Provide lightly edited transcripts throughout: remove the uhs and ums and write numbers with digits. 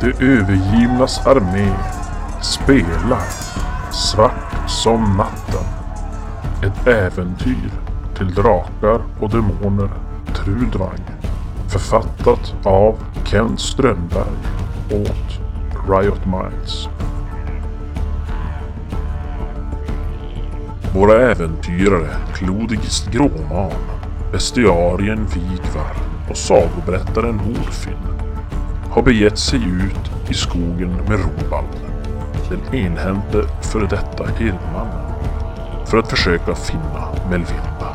De övergivnas armé spelar Svart som natten. Ett äventyr till drakar och demoner Trudvang. Författat av Kent Strömberg åt Riot Minds. Våra äventyrare Klodigist Gråman, bestiarien Vigvar och sagoberättaren Morfin har begett sig ut i skogen med Robald, den enhänte före detta Hirdmannen, för att försöka finna Melvinda.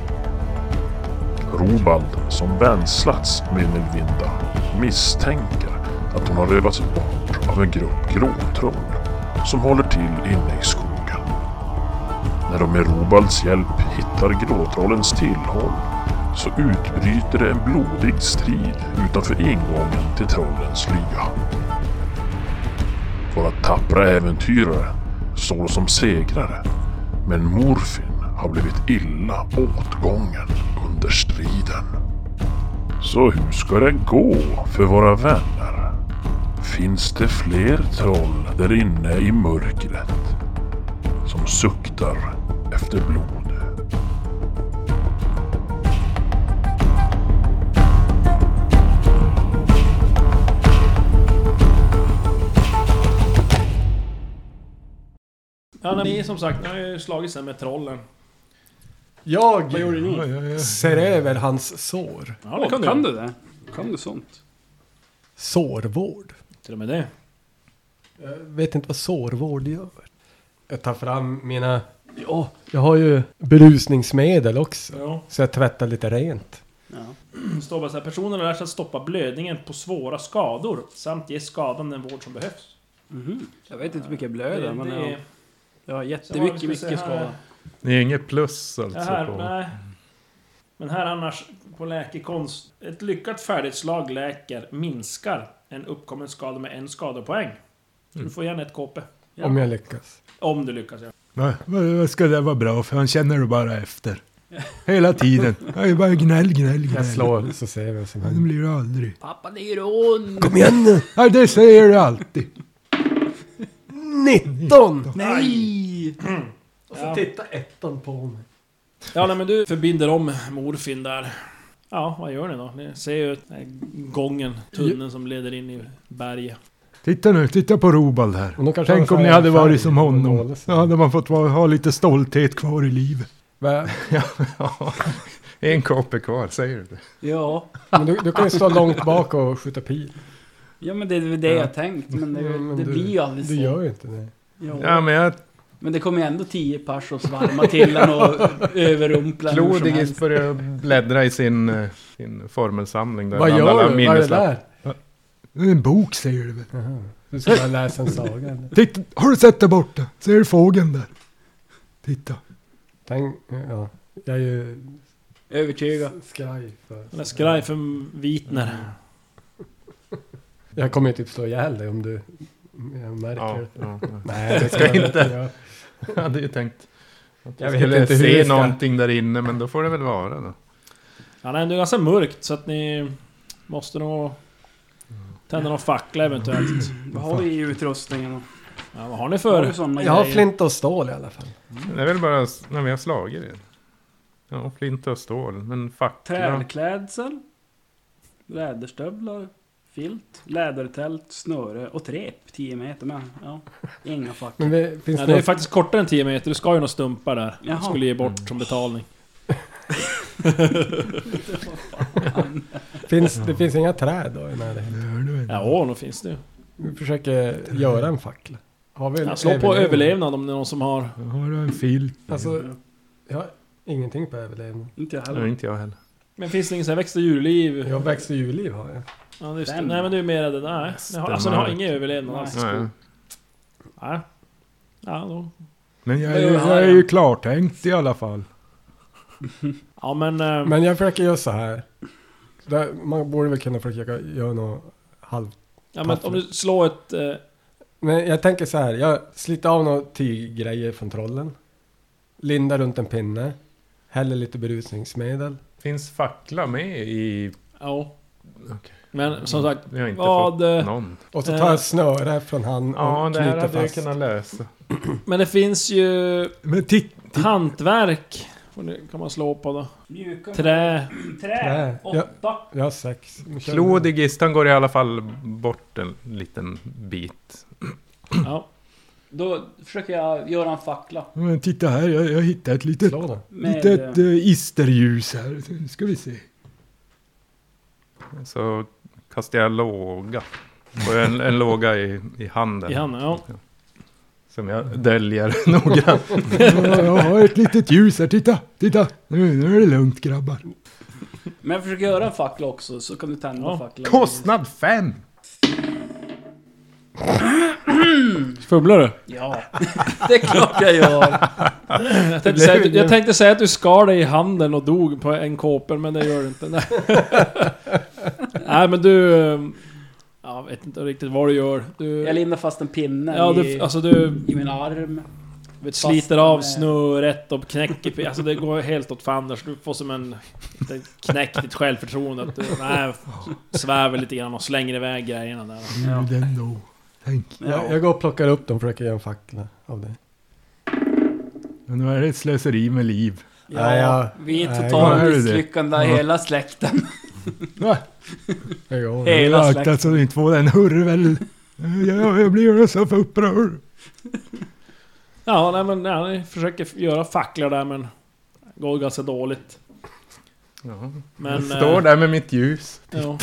Robald, som vänslats med Melvinda, misstänker att hon har rövats bort av en grupp gråtroll som håller till inne i skogen. När de med Robalds hjälp hittar gråtrollens tillhåll så utbryter det en blodig strid utanför ingången till trollens lya. Våra tappra äventyrare står som segrare, men Morfin har blivit illa åtgången under striden. Så hur ska det gå för våra vänner? Finns det fler troll där inne i mörkret som suktar efter blod? Ja, ni som sagt, ni har ju slagit sig med trollen. Jag Vad gjorde ni? ser över hans sår. Ja, det Kan du det? Kan du sånt? Sårvård. Till och med det. Jag vet inte vad sårvård gör. Jag tar fram mina... Ja, jag har ju berusningsmedel också. Ja. Så jag tvättar lite rent. Ja. Det står bara så här: personen lär sig att stoppa blödningen på svåra skador samt ge skadan den vård som behövs. Jag vet inte hur mycket jag blöder, men jag har Sen jättemycket var det, ska vi se skada. här. Det är inget plus alltså Ja, här, på... nej. Men här annars på läkekonst. Ett lyckat färdigt slag läker minskar en uppkommen skada med 1 skadepoäng. Så du får igen ett KP. Ja. Om jag lyckas. Om du lyckas, ja. Vad ska det vara bra för? Han känner du bara efter. Hela tiden. Jag är bara gnäll. Jag slår så ser vi vad som Det händer. blir det aldrig. Pappa, det gör ont! Kom igen nu! Ja, det säger du alltid. 19! Nej! Och så titta ettan på mig. Ja, nej, men du förbinder om Morfin där. Ja, vad gör ni då? Ni ser ju den här gången, tunneln som leder in i berget. Titta på Robald här. Och de kanske Tänk har om ni färg- hade varit färg som på honom. nålen. Då hade man fått ha lite stolthet kvar i livet. Va? Ja, en KP kvar, säger du det? Ja. Men du kan ju stå långt bak och skjuta pil. Ja, men det är väl det jag tänkt. Men det blir ju aldrig så. Du gör ju inte det. Ja, men jag... Men det kommer ju ändå 10 pers och svarma till den och överrumpla hur som Klodigist helst. börjar bläddra i sin formelsamling. Där Vad bland alla gör du? Vad är det minneslappar. där? Det är en bok säger du väl. Jaha. Du ska bara läsa en saga. Eller? Titta, har du sett där borta? Ser du fågeln där? Titta. Tänk, ja. Jag är ju Övertygad. skraj för... Den är skraj för vitner. Jag kommer ju typ slå ihjäl dig om du... Jag märker Ja, det. ja. Nej, det ska jag inte. göra. Jag hade ju tänkt att Jag jag vet skulle inte hur se det ska- någonting där inne, men då får det väl vara då. Ja, nej, det är ganska mörkt så att ni måste nog tända någon fackla eventuellt. Vad har vi i utrustningen då? Ja, vad har ni Har du för? såna Jag har grejer? flint och stål i alla fall. Det är väl bara när vi har slagit det. Ja, flint och stål. Men fackla. Trädklädsel, läderstövlar, filt, lädertält, snöre och rep 10 meter med. Ja, inga fack. Men det finns Ja, det är något... faktiskt kortare än 10 meter. Du ska ju några stumpar där. Jaha. Skulle ge bort som betalning. Det finns inga träd då i närheten. Ja, då finns det ju. Vi försöker göra en fackla. Har vi en Ja, slå på överlevnad om det är någon som har... Har du en filt? Alltså, jag har ingenting på överlevnad. Inte jag Nej, heller. inte jag heller. Men finns det ingen sån här växt- och djurliv? Jag växt och djurliv har jag. Ja, just det. Den. Nej, men du är mer det. Nej, ni har, alltså ni har ingen överlevnad alls. Nej. Nej. Ja, då. Men jag Vad har är jag? ju klartänkt i alla fall. Ja, men... Men jag försöker göra så här. Man borde väl kunna försöka göra något halv... ja, men om du slår ett... Men jag tänker så här. Jag sliter av några tyggrejer från trollen. Lindar runt en pinne. Häller lite berusningsmedel. Finns fackla med i... ja. Okej. Men som sagt, Vi har inte vad... fått någon. Och så tar jag snöre från han Ja, och det här knyter hade jag fast. kunnat lösa. Men det finns ju Men hantverk. Kan man slå på då. Mjuka. Trä. Trä. 8. Jag har 6. Klodig Gistan går i alla fall bort en liten bit. Ja. Då försöker jag göra en fackla. Men titta här, jag hittade ett litet, Slå då. litet isterljus här. Nu ska vi se. Så kastar jag låga. Och en låga i handen. I handen, ja. Som jag döljer noggrant. Ja, jag har ett litet ljus här, titta. Nu är det lugnt grabbar. Men jag försöker göra en fackla också, så kan du tända Ja. facklan. Kostnad 5! Fumlar du? Ja, det är klart jag gör. Jag tänkte säga att du skar dig i handen och dog på en kåper, men det gör du inte. Nej, men du... Jag vet inte riktigt vad du gör. Jag lindar fast en pinne Ja, du i min arm. sliter av snöret och knäcker... Alltså det går helt åt fanders. Du får som en knäck ditt självförtroende. Att du svävar lite grann och slänger iväg grejerna där. Ja. Den då. Tänk. Jag går och plockar upp dem och försöker göra en fackla av det. Men nu är det ett slöseri med liv. Ja, vi är nej, totala vad är det? misslyckande hela släkten. Va? Jag går. Hela Jag släkten. aktar så inte får den hurvel. Jag blir så för upprörd. Ja, nej men ni försöker göra facklor där, men det går ganska dåligt. Ja. Men, Jag står där med mitt ljus. Ja.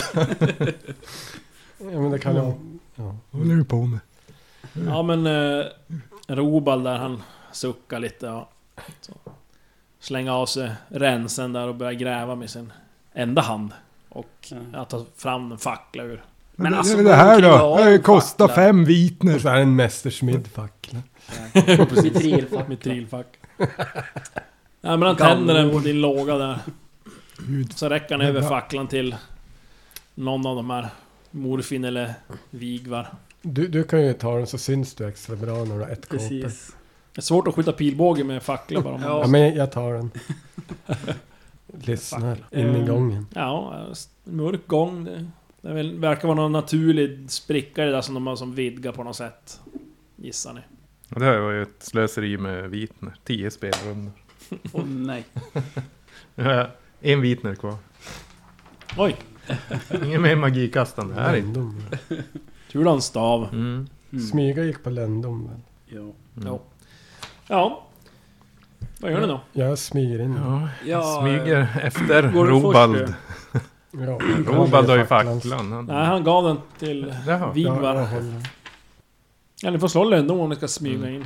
Ja, men det kan jag... Ja. Vad håller du på med? Ja, men Robal där, han suckar lite och så slänger av sig rensen där och börjar gräva med sin enda hand. Och jag tar fram en fackla ur. Men alltså, det här vad då? kan Det jag kostar fackla? 5 Och vitner. så är det en mästersmidfackla. Mitrilfackla. Med trillfack. Nej, men han tänder den på din låga där. Gud. Så räcker han över facklan till någon av de här Morfin eller Vigvar. Du kan ju ta den så syns du extra bra när du har ett kåpor. Precis. Det är svårt att skjuta pilbåge med fackla bara. Ja. Ja, men jag tar den. Lyssnar in i gången. Ja, mörk gång. Det verkar vara någon naturlig spricka i det där som de har som vidgar på något sätt. Gissar ni? Och det här var ju ett slöseri med vitner. 10 spelrundor. Åh nej. En vitner kvar. Oj! Ingen mer magikastande här inte. Ländom. Tur han stav. Mm. Smyga gick på ländom väl? Ja. Ja. Ja. Vad gör ni då? Jag smyger in. Ja, Ja, smyger efter går du Robald. först, Ja, Robald har ju facklan. facklan. Nej, han gav den till Jaha. Ja, jag Vigvar. håller. Ja, ni får slå ländom om ni ska smyga in.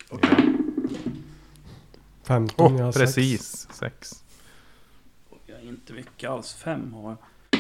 15, jag har 6. Precis. 6. Jag är inte mycket alls. 5 har jag.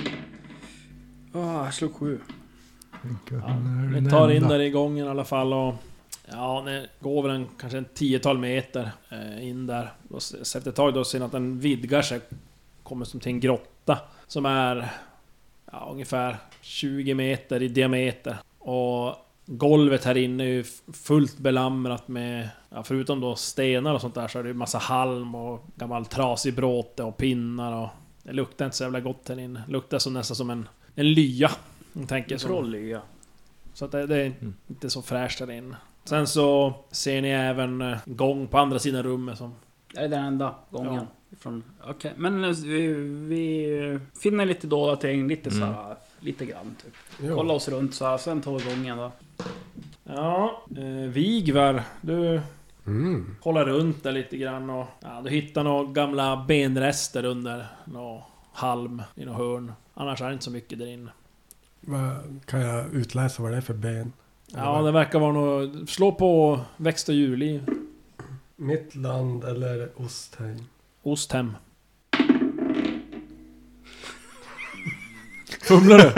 Jag slog 7. Ni tar in där i gången i alla fall och... Ja, ni går väl kanske en 10-tal meter in där. Och efter ett tag då ser ni att den vidgar sig. Kommer som till en grotta. Som är ungefär 20 meter i diameter. Och golvet här inne är ju fullt belamrat med... Ja, förutom då stenar och sånt där så är det ju massa halm och gammal trasig bråte och pinnar och... Det luktar inte så jävla gott här inne. Det luktar som nästan som en lya. Jag tänker som... Trolliga. Så att det är inte så fräscht där inne. Sen så ser ni även gång på andra sidan rummet som... Det är den enda gången. Okej, men vi finner lite dolda ting, lite så här, lite grann typ. Ja. Kolla oss runt så här, sen tar vi gången då. Ja, Vigvar, du Mm. kollar runt där lite grann och... Ja, du hittar några gamla benrester under någon halm i någon hörn. Annars är det inte så mycket där inne. Kan jag utläsa vad det är för ben? Ja, det verkar vara något... Slå på växt- och djurliv. Mitt land eller Ostheim? Osthem. Fumlar du?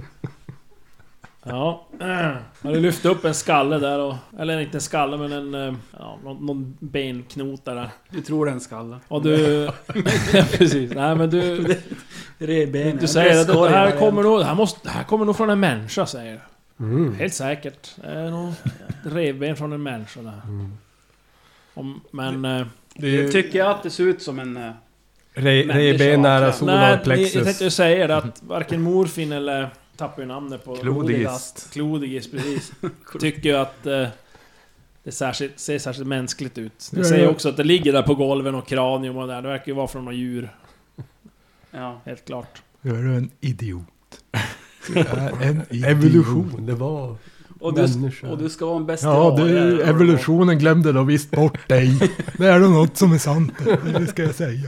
Ja. Har du lyft upp en skalle där och... Eller inte en skalle men en... Ja, någon benknot där. Du tror det är en skalle. Och du... Ja, precis. Nej men du... Revben. Du säger att det här kommer nog från en människa, säger du. Mm. Helt säkert. Det är nog revben från en människa där. Men... Det är ju... Tycker jag att det ser ut som en Reben nära solarplexus. Jag tänkte ju säga det att varken Morfin eller... Tappar ju namnet på... Klodigis, precis. Tycker ju att det ser särskilt mänskligt ut. Det säger också att det ligger där på golven och kranium och där. Det verkar ju vara från några djur. Ja. Helt klart. Du är en idiot. En idiot. Evolution, det var... Och du ska vara en bestial. Ja, evolutionen glömde då visst bort dig. Det är då något som är sant. Det ska jag säga.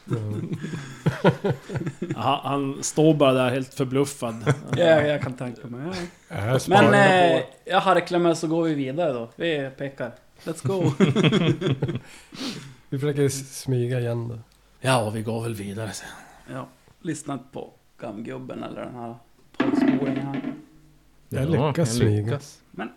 Han står bara där helt förbluffad. Ja, jag kan tänka mig. Ja. Men jag harklar med så går vi vidare då. Vi pekar. Let's go. Vi försöker smyga igen då. Ja, vi går väl vidare sen. Ja, lyssnat på gamgubben eller den här tagspåringen här. Jag lyckas smyga. Men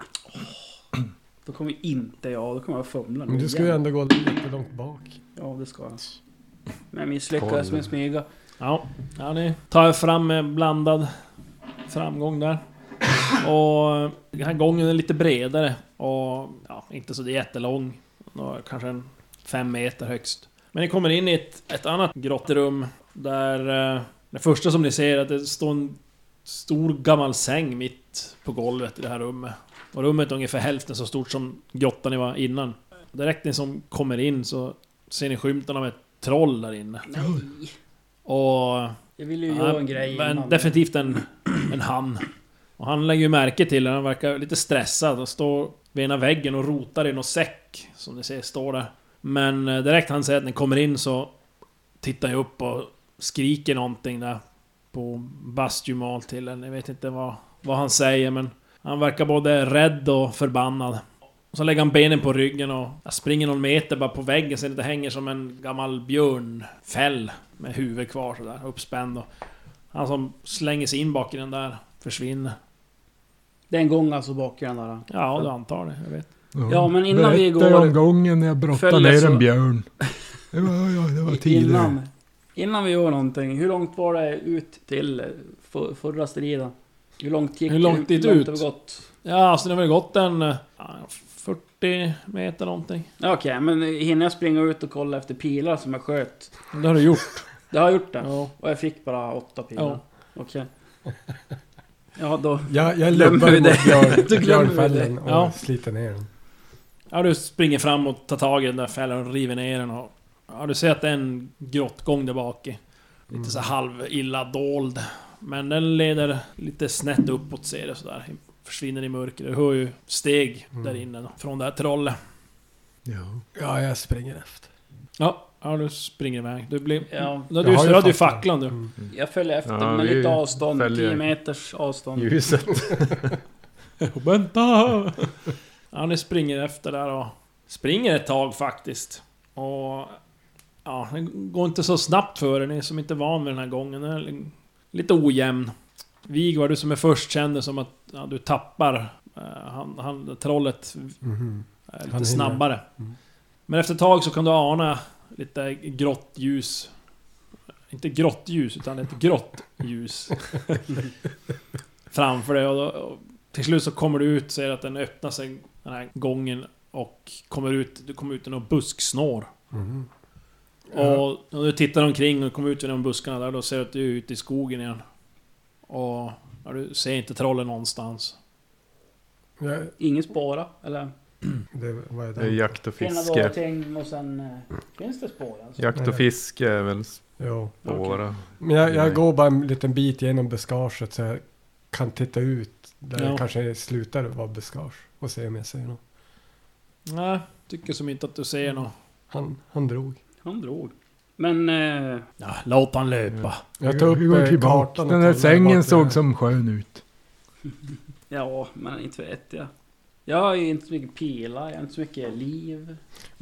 då kommer då kommer jag fumla. Men du ska ju ändå gå lite långt bak. Ja, det ska jag. Men jag misslyckades med smyga. Ja, ni tar fram med blandad framgång där. Och den här gången är lite bredare. Och inte så jättelång. Kanske 5 meter högst. Men ni kommer in i ett annat grottrum. Där det första som ni ser är att det står en stor gammal säng mitt på golvet i det här rummet. Och rummet är ungefär hälften så stort som grottan ni var innan. Direkt ni som kommer in så ser ni skymten av ett troll där inne. Nej. Och jag vill ju göra en grej. Men definitivt en han. Och han lägger ju märke till det. Han verkar lite stressad och står vid ena väggen och rotar i någon säck som ni ser står där. Men direkt han säger att ni kommer in så tittar jag upp och skriker någonting där på bastumal till en. Jag vet inte vad han säger, men han verkar både rädd och förbannad. Och så lägger han benen på ryggen och springer någon meter bara på väggen så det hänger som en gammal björnfäll med huvudet kvar sådär uppspänd. Och han som slänger sig in bak i den där försvinner. Det är en gång alltså bak i den där. Ja, du antar det, jag vet. Ja, men innan vi går... Berätta om gången när jag brottade ner en björn. Det var tidigare. Innan vi gör någonting, hur långt var det ut till förra striden? Hur långt dit ut? Har vi gått? Ja, alltså det har väl gått en 40 meter någonting. Okej, men hinner jag springa ut och kolla efter pilar som jag sköt? Det har du gjort. Det har jag gjort det? Ja. Och jag fick bara 8 pilar? Ja. Okej. Ja, då... Jag lämnar mot björnfällen och sliter ner den. Ja, du springer fram och tar tag i den där fällen och river ner den. Och, du ser att det är en grottgång där bak i. Lite så halv illa dold. Men den leder lite snett uppåt, ser det sådär. Försvinner i mörker. Du hör ju steg där inne då, från det här trollet. Ja, jag springer efter. Ja, du springer iväg. Du blir... Ja. Du hade ju facklan du. Jag följer efter med lite avstånd. 10 meters avstånd. Ljuset. Vänta! Ja, ni springer efter där och... Springer ett tag faktiskt. Och... Ja, det går inte så snabbt för er. Ni är som inte van vid den här gången. Den är lite ojämn. Vigvar, du som är först, kände som att du tappar trollet lite snabbare. Men efter ett tag så kan du ana lite grått ljus. Inte grått ljus, utan ett grått ljus framför dig. Och till slut så kommer du ut och ser att den öppnar sig, den här gången, och du kommer ut i någon busksnår. Och när du tittar omkring och kommer ut vid de buskarna där, då ser du att du är ute i skogen igen. Och du ser inte trollen någonstans. Ingen spåra, eller? Vad är det är jakt och fiske. Och sen finns det spår alltså. Jakt och fiske är väl spåra. Okay. Men jag går bara en liten bit genom buskaget så jag kan titta ut där det kanske slutar vara buskage och se om jag ser något. Nej, tycker som inte att du ser något. Han drog. Men... låt han löpa. Jag tar upp kartan. Den där sängen såg som skön ut. Ja, men inte vet jag. Jag har ju inte så mycket pilar, jag har inte så mycket liv.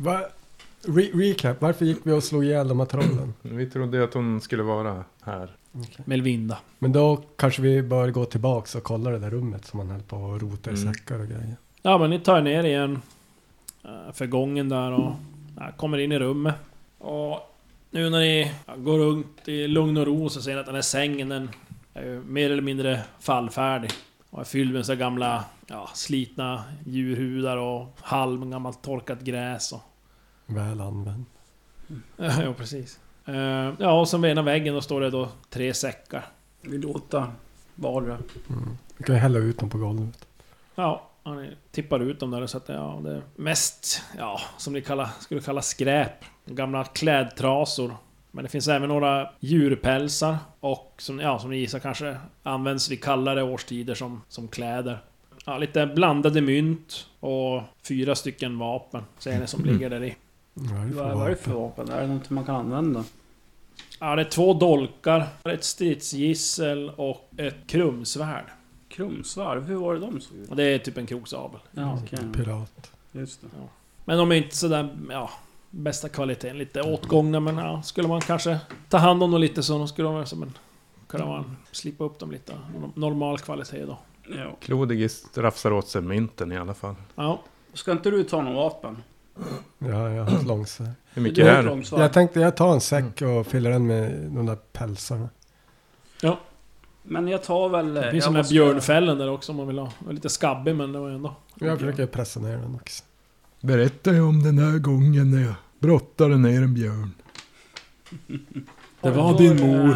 Recap, varför gick vi och slog ihjäl de här trollen? Vi trodde att hon skulle vara här. Okay. Melvinda. Men då kanske vi bör gå tillbaks och kolla det där rummet som man höll på och rota i säckar och grejer. Ja, men ni tar ner igen för gången där och kommer in i rummet. Och nu när ni går runt i lugn och ro så ser ni att den här sängen, den är ju mer eller mindre fallfärdig. Och är fylld med så gamla slitna djurhudar och halm, gammalt torkat gräs. Och... Väl använd. Ja, precis. Ja, och sen vid ena väggen då står det då 3 säckar. Vi låter vara. Vi kan ju hälla ut dem på golvet. Ja, han tippar ut dem där så att det är mest, som ni skulle kalla skräp. Gamla klädtrasor. Men det finns även några djurpälsar och som ni gissar kanske används vid kallare årstider som kläder. Ja, lite blandade mynt och 4 stycken vapen ser ni som ligger där i. Vad är det för vapen? Är det något man kan använda? Ja, det är 2 dolkar, ett stridsgissel och ett krumsvärd. Krumsvärd? Hur var det de såg ut? Och det är typ en kroksabel. Ja, okay. Pirat. Just det. Ja. Men de är inte sådär, bästa kvaliteten. Lite åtgångna, men skulle man kanske ta hand om dem lite så skulle de vara som kunna man slipa upp dem lite. Normal kvalitet då. Ja. Klodigis rafsar åt sig mynten i alla fall. Ja. Ska inte du ta någon vapen? Ja, jag har ett långsvärd. Hur mycket är det? Jag tänkte jag tar en säck och fyller den med de där pälsarna. Ja. Men jag tar väl... Det finns som här björnfällen där också om man vill ha. Det är lite skabbig men det var ändå... Jag försöker pressa ner den också. Berätta ju om den här gången när jag brottade ner en björn. Det var din mor.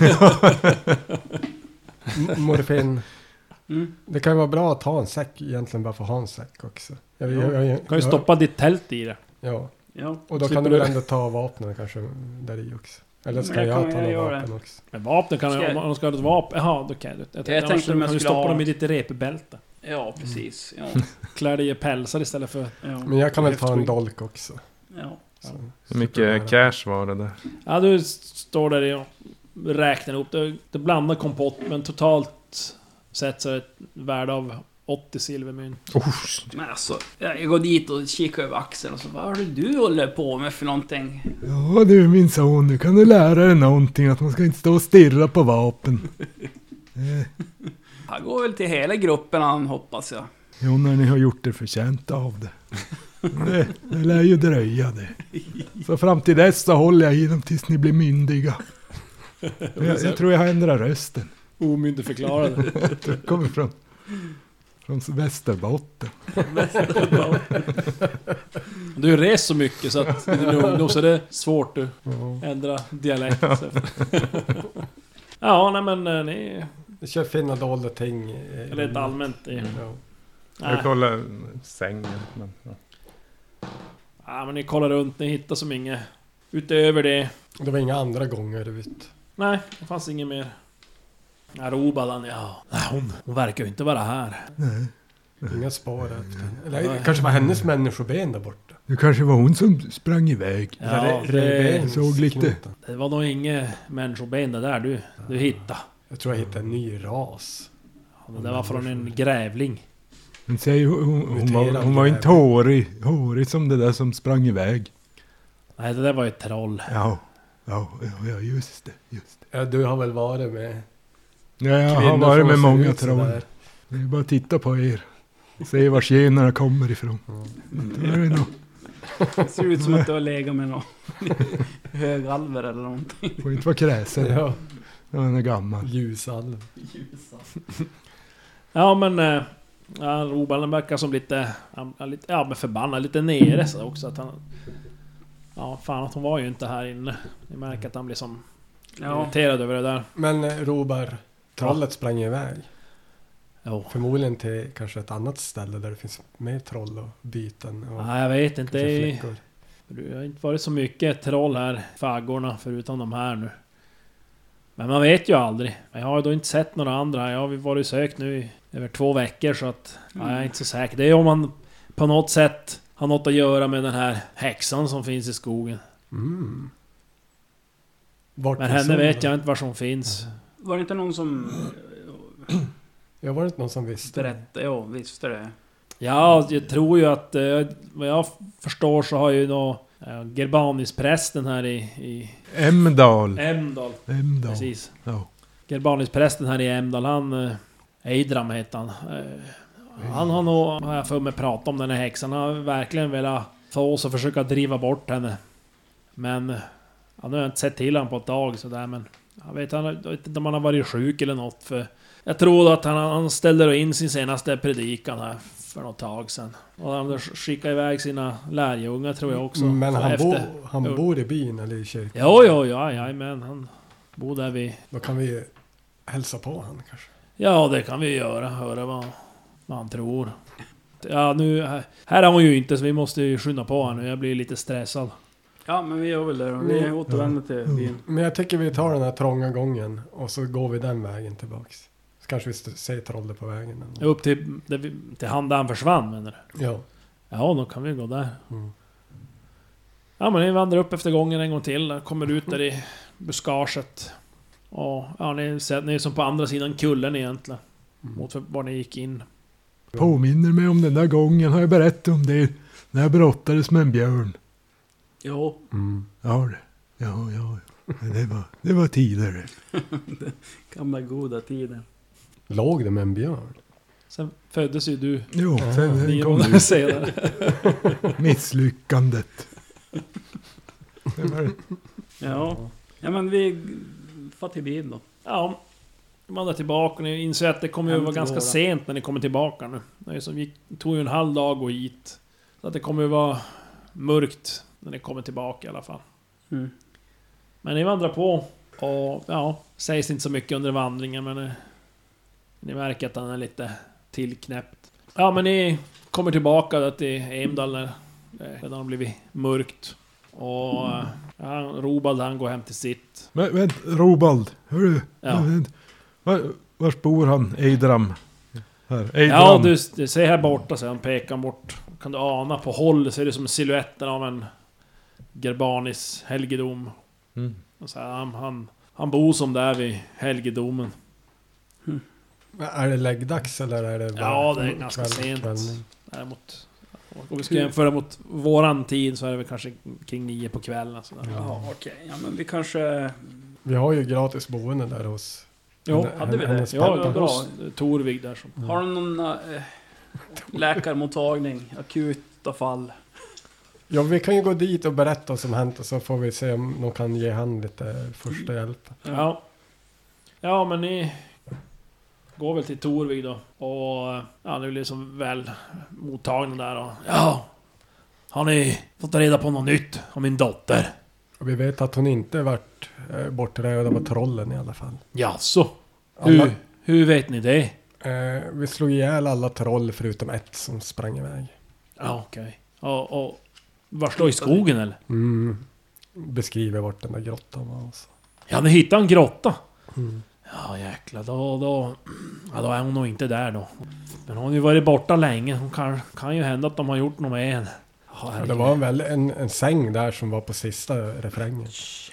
Morfin. Det kan ju vara bra att ha en säck egentligen bara för att ha en säck också. Jag kan ju stoppa ditt tält i det. Ja. Ja. Och då kan du ändå ta vapnen kanske där i också. Eller ska jag ta några vapen också? Men vapen kan jag, om de ska ha ett vapen... Jaha, då kan jag. Jag tänkte om jag skulle stoppa dem i ditt repbälte. Ja, precis. Ja. Klär dig i pälsar istället för... Ja. Men jag kan väl ta en dolk också. Ja. Hur mycket cash var det där? Ja, du står där och räknar ihop. Det blandar kompott, men totalt sett så är det ett värde av 80 silvermynt. Men alltså, jag går dit och kikar över axeln och så vad är det du håller på med för någonting? Ja du min son, nu kan du lära dig någonting. Att man ska inte stå och stirra på vapen. Han går väl till hela gruppen han, hoppas jag. Jo, när ni har gjort det förtjänt av det. Det lär ju dröja det. Så fram till dess så håller jag i dem tills ni blir myndiga. Jag tror jag har ändrat rösten. Omyndigförklarade. Det kommer från Västerbotten. Du har rest så mycket så att då så är det svårt att ändra dialekt. Ja, nej men ni... Jag kör finna dolda ting. Eller ett allmänt... Jag kollar sängen. Men, ja, men ni kollar runt, ni hittar som inget utöver det. Det var inga andra gånger ut. Nej, det fanns inget mer. Ja, Robalan, hon verkar ju inte vara här. Nej. Inga spår efter. Eller kanske var hennes människoben där borta. Det kanske var hon som sprang iväg. Ja, det såg lite. Det var nog inget människoben det där du hittade. Jag tror jag hittade en ny ras. Det där var från en grävling. Men säg, hon var inte hårig som det där som sprang iväg. Nej, det där var ett troll. Ja, just det. Ja, du har väl varit med... Ja, jag har varit med många troll. Det är bara att titta på er. Se var tjejerna kommer ifrån. Det ser ut som att du har legat med någon högalver eller någonting. Får inte vara kräsen. Ja. Den är gammal. Ljusalv. Ja, men... Roballen verkar som lite förbannad, lite nere så också att han... Ja, fan att hon var ju inte här inne. Ni märker att han blir som irriterad över det där. Men Robar, trollet sprang iväg. Jo. Förmodligen till kanske ett annat ställe där det finns mer troll och byten. Och nej, jag vet inte. Det har inte varit så mycket troll här, faggorna, förutom de här nu. Men man vet ju aldrig. Jag har då inte sett några andra. Jag har varit sökt nu i över 2 veckor så att jag är inte så säker. Det är om man på något sätt har något att göra med den här häxan som finns i skogen. Mm. Men henne vet jag inte var som finns. Var det inte någon som... Jag var det inte någon som visste. Berättade, ja, visste det. Ja, jag tror ju att... vad jag förstår så har ju då... Gerbanisprästen här i Emdal. Precis. Ja. Gerbanisprästen här i Emdal, han... Eidram heter han. Han har nog, har jag för mig, pratat om den här häxan. Han har verkligen velat få oss att försöka driva bort henne. Men han har inte sett till han på ett tag sådär. Men jag vet inte om han har varit sjuk eller något. För jag tror att han ställde in sin senaste predikan här för något tag sedan. Och han skickade iväg sina lärjungar tror jag också. Men han bor i byn eller i kyrkan? Ja, men han bor där vid... Då kan vi hälsa på han kanske. Ja, det kan vi göra. Höra vad han tror. Ja, nu... Här är hon ju inte, så vi måste ju skynda på här nu. Jag blir lite stressad. Ja, men vi gör väl det då. Vi återvänder till byn. Men jag tycker vi tar den här trånga gången och så går vi den vägen tillbaks. Så kanske vi ser trollet på vägen. Upp till han där han försvann, menar du? Ja. Ja, då kan vi gå där. Ja, men ni vandrar upp efter gången en gång till. Kommer ut där i buskaget. Och ja, ni är som på andra sidan kullen egentligen. Mot var ni gick in. Påminner mig om den där gången. Har jag berättat om det? När jag brottades med en björn. Jo. Ja. Det var tidigare. Gamla goda tiden. Låg det med en björn? Sen föddes ju du. Jo, sen kom du senare. Misslyckandet. Ja, men vi får till bil då. Ja, man är tillbaka och ni inser att det kommer ju vara ganska sent när ni kommer tillbaka nu. Det tog ju en halv dag att gå hit. Så att det kommer ju vara mörkt när ni kommer tillbaka i alla fall. Men ni vandrar på och ja, sägs inte så mycket under vandringen, men ni märker att han är lite tillknäppt. Ja, men ni kommer tillbaka till Heimdall när det redan har blivit mörkt. Och Robald han går hem till sitt. Men Robald, hörru. Ja. Vars bor han? Eidram. Här. Ja, du ser här borta, så han pekar bort. Kan du ana på håll så är det som siluetten av en Gerbanis helgedom. Och så här, han bor som där vid helgedomen. Är det läggdags eller är det bara... Ja, det är ganska sent. Däremot, om vi ska jämföra mot våran tid så är det väl kanske kring 9 på kvällen. Ja, okej. Ja, men vi kanske... Vi har ju gratis boende där hos... Jo, hade vi det? Ja, det var bra. Torvig där som... Har du någon läkarmottagning? Akuta fall? Ja, vi kan ju gå dit och berätta vad som hänt och så får vi se om de kan ge han lite första hjälp. Ja, men ni går väl till Torvig då. Och ja, det blir som väl mottagning där och... Ja, har ni fått reda på något nytt om min dotter? Och vi vet att hon inte varit bortrövad av trollen i alla fall. Jaså? Alla, hur vet ni det? Vi slog ihjäl alla troll förutom ett som sprang iväg. Ja, okej. Och var står i skogen eller? Beskriver vart den där grottan var. Alltså. Ja, ni hittade en grotta? Ja, jäklar. Då är hon nog inte där då. Men hon har ju varit borta länge. Hon kan ju hända att de har gjort något med henne. Ja, det var väl en säng där som var på sista refrängen.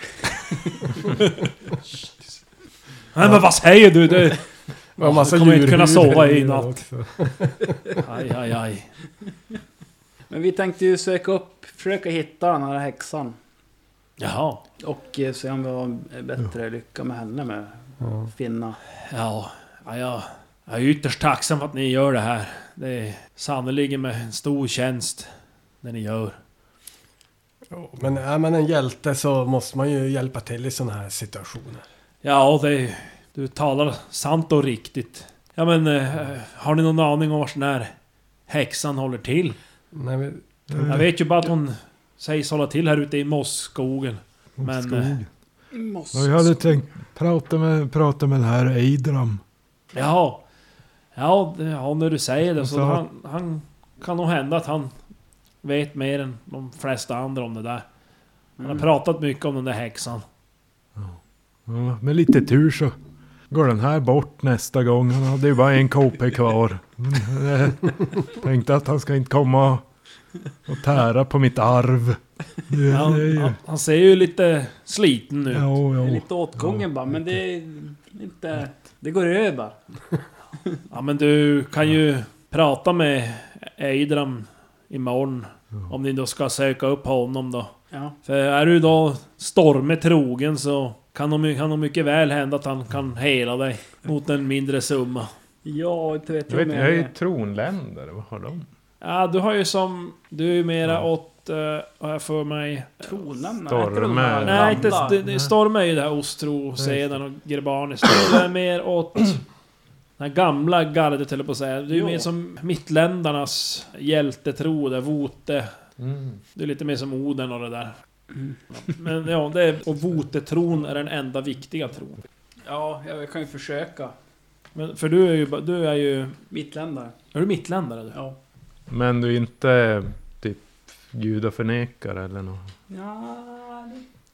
Nej, men vad säger du? Det var massa kommer inte kunna sova i natt. Aj. Men vi tänkte ju försöka hitta den här häxan. Jaha. Och se om vi har bättre lycka med henne med finna. Ja, jag är ytterst tacksam för att ni gör det här. Det är sannoliken med en stor tjänst det ni gör. Men är man en hjälte så måste man ju hjälpa till i såna här situationer. Ja, du talar sant och riktigt. Ja, men har ni någon aning om var den här häxan håller till? Nej, jag vet ju bara att hon sägs hålla till här ute i Mossskogen. Men jag hade tänkt prata med den här Eidram. Ja, när du säger det så han kan nog hända att han vet mer än de flesta andra om det där. Han har pratat mycket om den där häxan. Ja, med lite tur så går den här bort nästa gång. Han hade ju bara en KP kvar. Tänkte att han ska inte komma och tära på mitt arv. Han ser ju lite sliten ut. Jo. Det är lite åtgången bara, men det är inte... Det går över. Ja, men du kan ju prata med Eidram imorgon. Om ni då ska söka upp honom då. Ja. För är du då Storme trogen så kan nog mycket väl hända att han kan hela dig mot en mindre summa. Ja, inte vet jag är ju tronländer, vad har de? Ja, du har ju som... Du är ju mera åt... har jag för mig... Storme. Nej, inte... Storme är ju det här Ostro, Seden och Gerbanis. Det är mer åt... Den här gamla gardet, eller på att säga. Det är ju mer som mittländarnas hjältetro där, Vote. Det är lite mer som Oden och det där. Men ja, och Votetron är den enda viktiga tron. Ja, jag kan ju försöka. Men för du är ju Mittländare. Är du mittländare du? Ja. Men du är inte typ gudaförnekare eller något? Ja,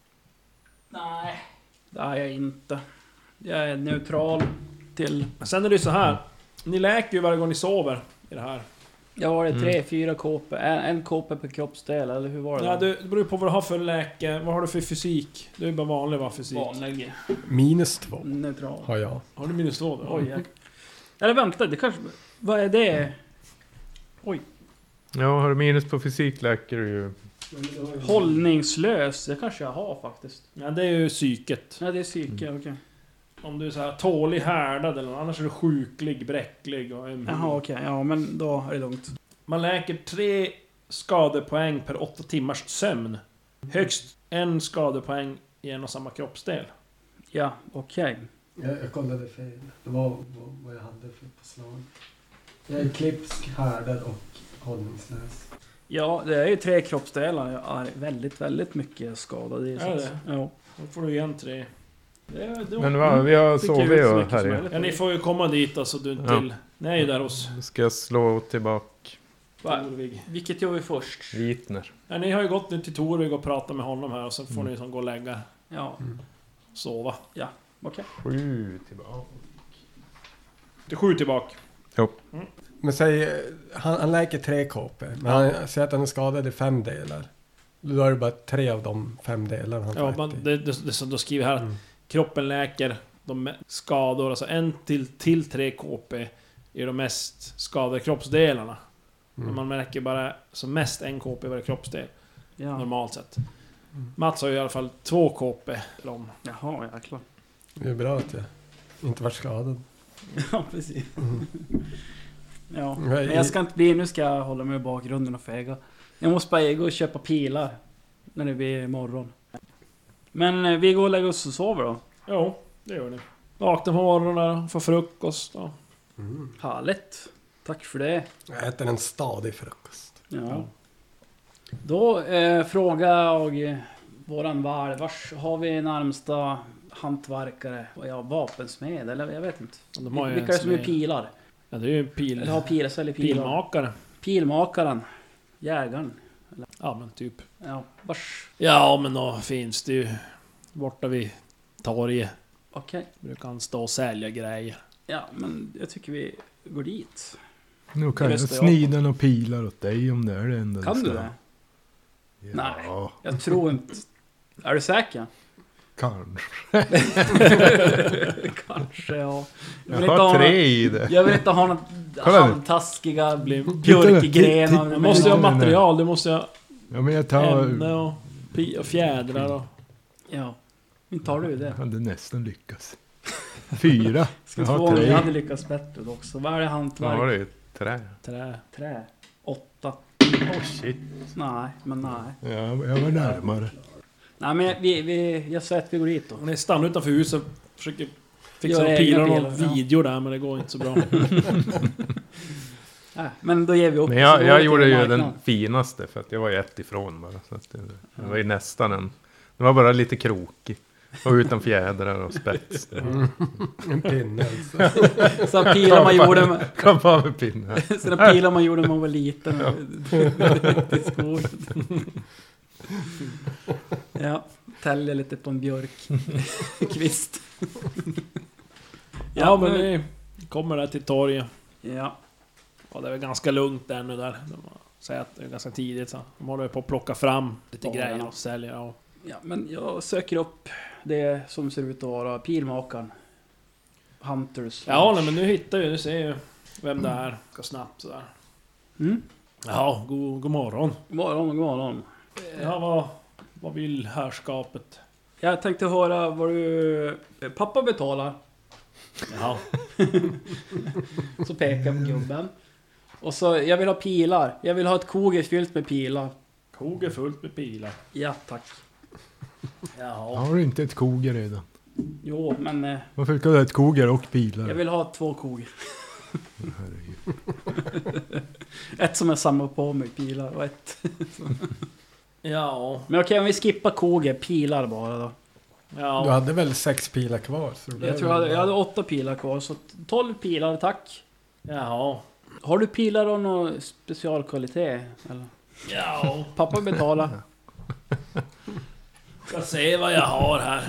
nej, det är jag inte. Jag är neutral till... Sen är det ju så här. Ni läker ju varje gång ni sover i det här. Jag var det 3-4 kåpor. En kåpa per kroppsdel, eller hur var det? Ja, det beror på vad du har för läke. Vad har du för fysik? Du är bara vanlig, va? Fysik. Vanlig. -2 Neutral. har jag. Har du -2 då? Oj, eller vänta, det kanske... Vad är det? Oj. Ja, har du minus på fysik läker du ju. Hållningslös, det kanske jag har faktiskt. Ja, det är ju psyket. Ja, det är psyke, okej. Om du är så här tålig, härdad eller något, annars är du sjuklig, bräcklig och Jaha, okej. Ja, men då är det lugnt. Man läker 3 skadepoäng per 8 timmars sömn. Högst 1 skadepoäng i en och samma kroppsdel. Ja, okej. Jag kollade fel. Det var vad jag hade för på slag. Jag är klipsk, härdad och hållningslös. Ja, det är ju 3 kroppsdelar. Jag är väldigt, väldigt mycket skadad i. Är det? Ja. Då får du igen 3. Men vad, vi har Fick jag sovit ut så ju mycket här som i. möjligt. Ja, ni får ju komma dit alltså, du Ja. till... Ni är ju där hos Ska jag slå tillbaka Torvig. Vilket gör vi först? Vitner? Ja, ni har ju gått nu till Torvig och pratat med honom här och sen får ni som gå och lägga Ja, sova. okej. 7 tillbaka. Det är 7 tillbaka. Men säg, han läker 3 kåpor. Men han säger att han är skadad i 5 delar. Då är det bara 3 av de 5 delarna han Ja, får men det som du skriver här att kroppen läker de skador, alltså 1 till 3 KP är de mest skadade kroppsdelarna. Men man märker bara som mest 1 KP i varje kroppsdel. Ja. Normalt sett. Mats har ju i alla fall 2 KP. Jaha, jäklar. Det är bra att jag inte varit skadad. Ja, precis. Ja, men jag ska inte bli... Nu ska jag hålla mig i bakgrunden och fega. Jag måste bara gå och köpa pilar när det blir morgon. Men vi går och lägger oss och sover då. Jo, det gör ni. Vaknar på morgonen, får frukost. Ja. Härligt. Tack för det. Jag äter en stadig frukost. Ja. Då frågar jag våran värld. Vars har vi närmsta hantverkare? Ja, vapensmed, eller jag vet inte. De har ju Vilka är det som är pilar? Ja, det är ju en Eller har pilar, så eller pilar. pilmakare. Pilmakaren. Jägaren. Ja, men typ. Ja, vars... Ja, men då finns det ju borta vid torget. Okej. Brukar han stå och sälja grejer. Ja, men jag tycker vi går dit. Nu kan I jag Västerjapan. snida några pilar åt dig om det är det enda Kan du ska. det? Ja, Nej. Jag tror inte... Är du säker? kanske. Kanske, ja. Jag har 3 i det. Jag vill inte ha något Kolla nu. halvtaskiga Blir- björkgrenar. Du måste ju ha material, du måste ju ha Ja, men jag tar... ämne och fjädrar och... Ja. Inte tar du det? Jag hade nästan lyckats. 4. Ska Jag få har om 3. jag hade lyckats bättre då också. Vad är det Ja, hantverk? det är 3. Trä. 8. Oh shit. Nej, men nej. Ja, jag var närmare. Nej, men jag säger att vi går dit då. Och ni stannar utanför huset och försöker fixa Gör några pilar och egna någon pilar, ja. video där, men det går inte så bra. Nej, men då ger vi upp. Men Så går vi jag till gjorde ju marknaden. den finaste för att jag var ju 1 ifrån bara. Så att det var ju nästan en... Det var bara lite krokig. Och utan fjädrar och spets. En pinne alltså. Så pilar man gjorde med... Kom av med pinnar. Sådana pilar man gjorde när man var liten. Till skor. Ja, tälja lite på en björkkvist. Ja, men ni kommer där till torget. Ja. Ja, det är väl ganska lugnt där nu där. De säger att det är ganska tidigt så. De håller på att plocka fram lite Varorna. grejer och sälja. Och... Ja, men jag söker upp det som ser ut att vara pilmakaren. Hunters. Ja, nej, men nu hittar ju, du ser ju vem det är. Ska snabbt sådär. Mm. Ja, god morgon. God morgon. Ja, vad vill härskapet? Jag tänkte höra vad du... Pappa betalar. Ja. Så pekar på gubben. Och så, jag vill ha pilar. Jag vill ha ett koger fyllt med pilar. Kog är fullt med pilar. Ja, tack. Jaha. Har du inte ett koger redan? Jo, men... Varför ska du ha ett koger och pilar? Jag vill ha 2 koger. Ett som är samma på mig, pilar, och ett... Ja. Men okej, om vi skippar koger, pilar bara då. Ja. Du hade väl 6 pilar kvar? Så Jag tror jag hade 8 pilar kvar, så 12 pilar, tack. Jaha. Har du pilar av någon specialkvalitet? Eller? Ja. Pappa betalar. Ska se vad jag har här.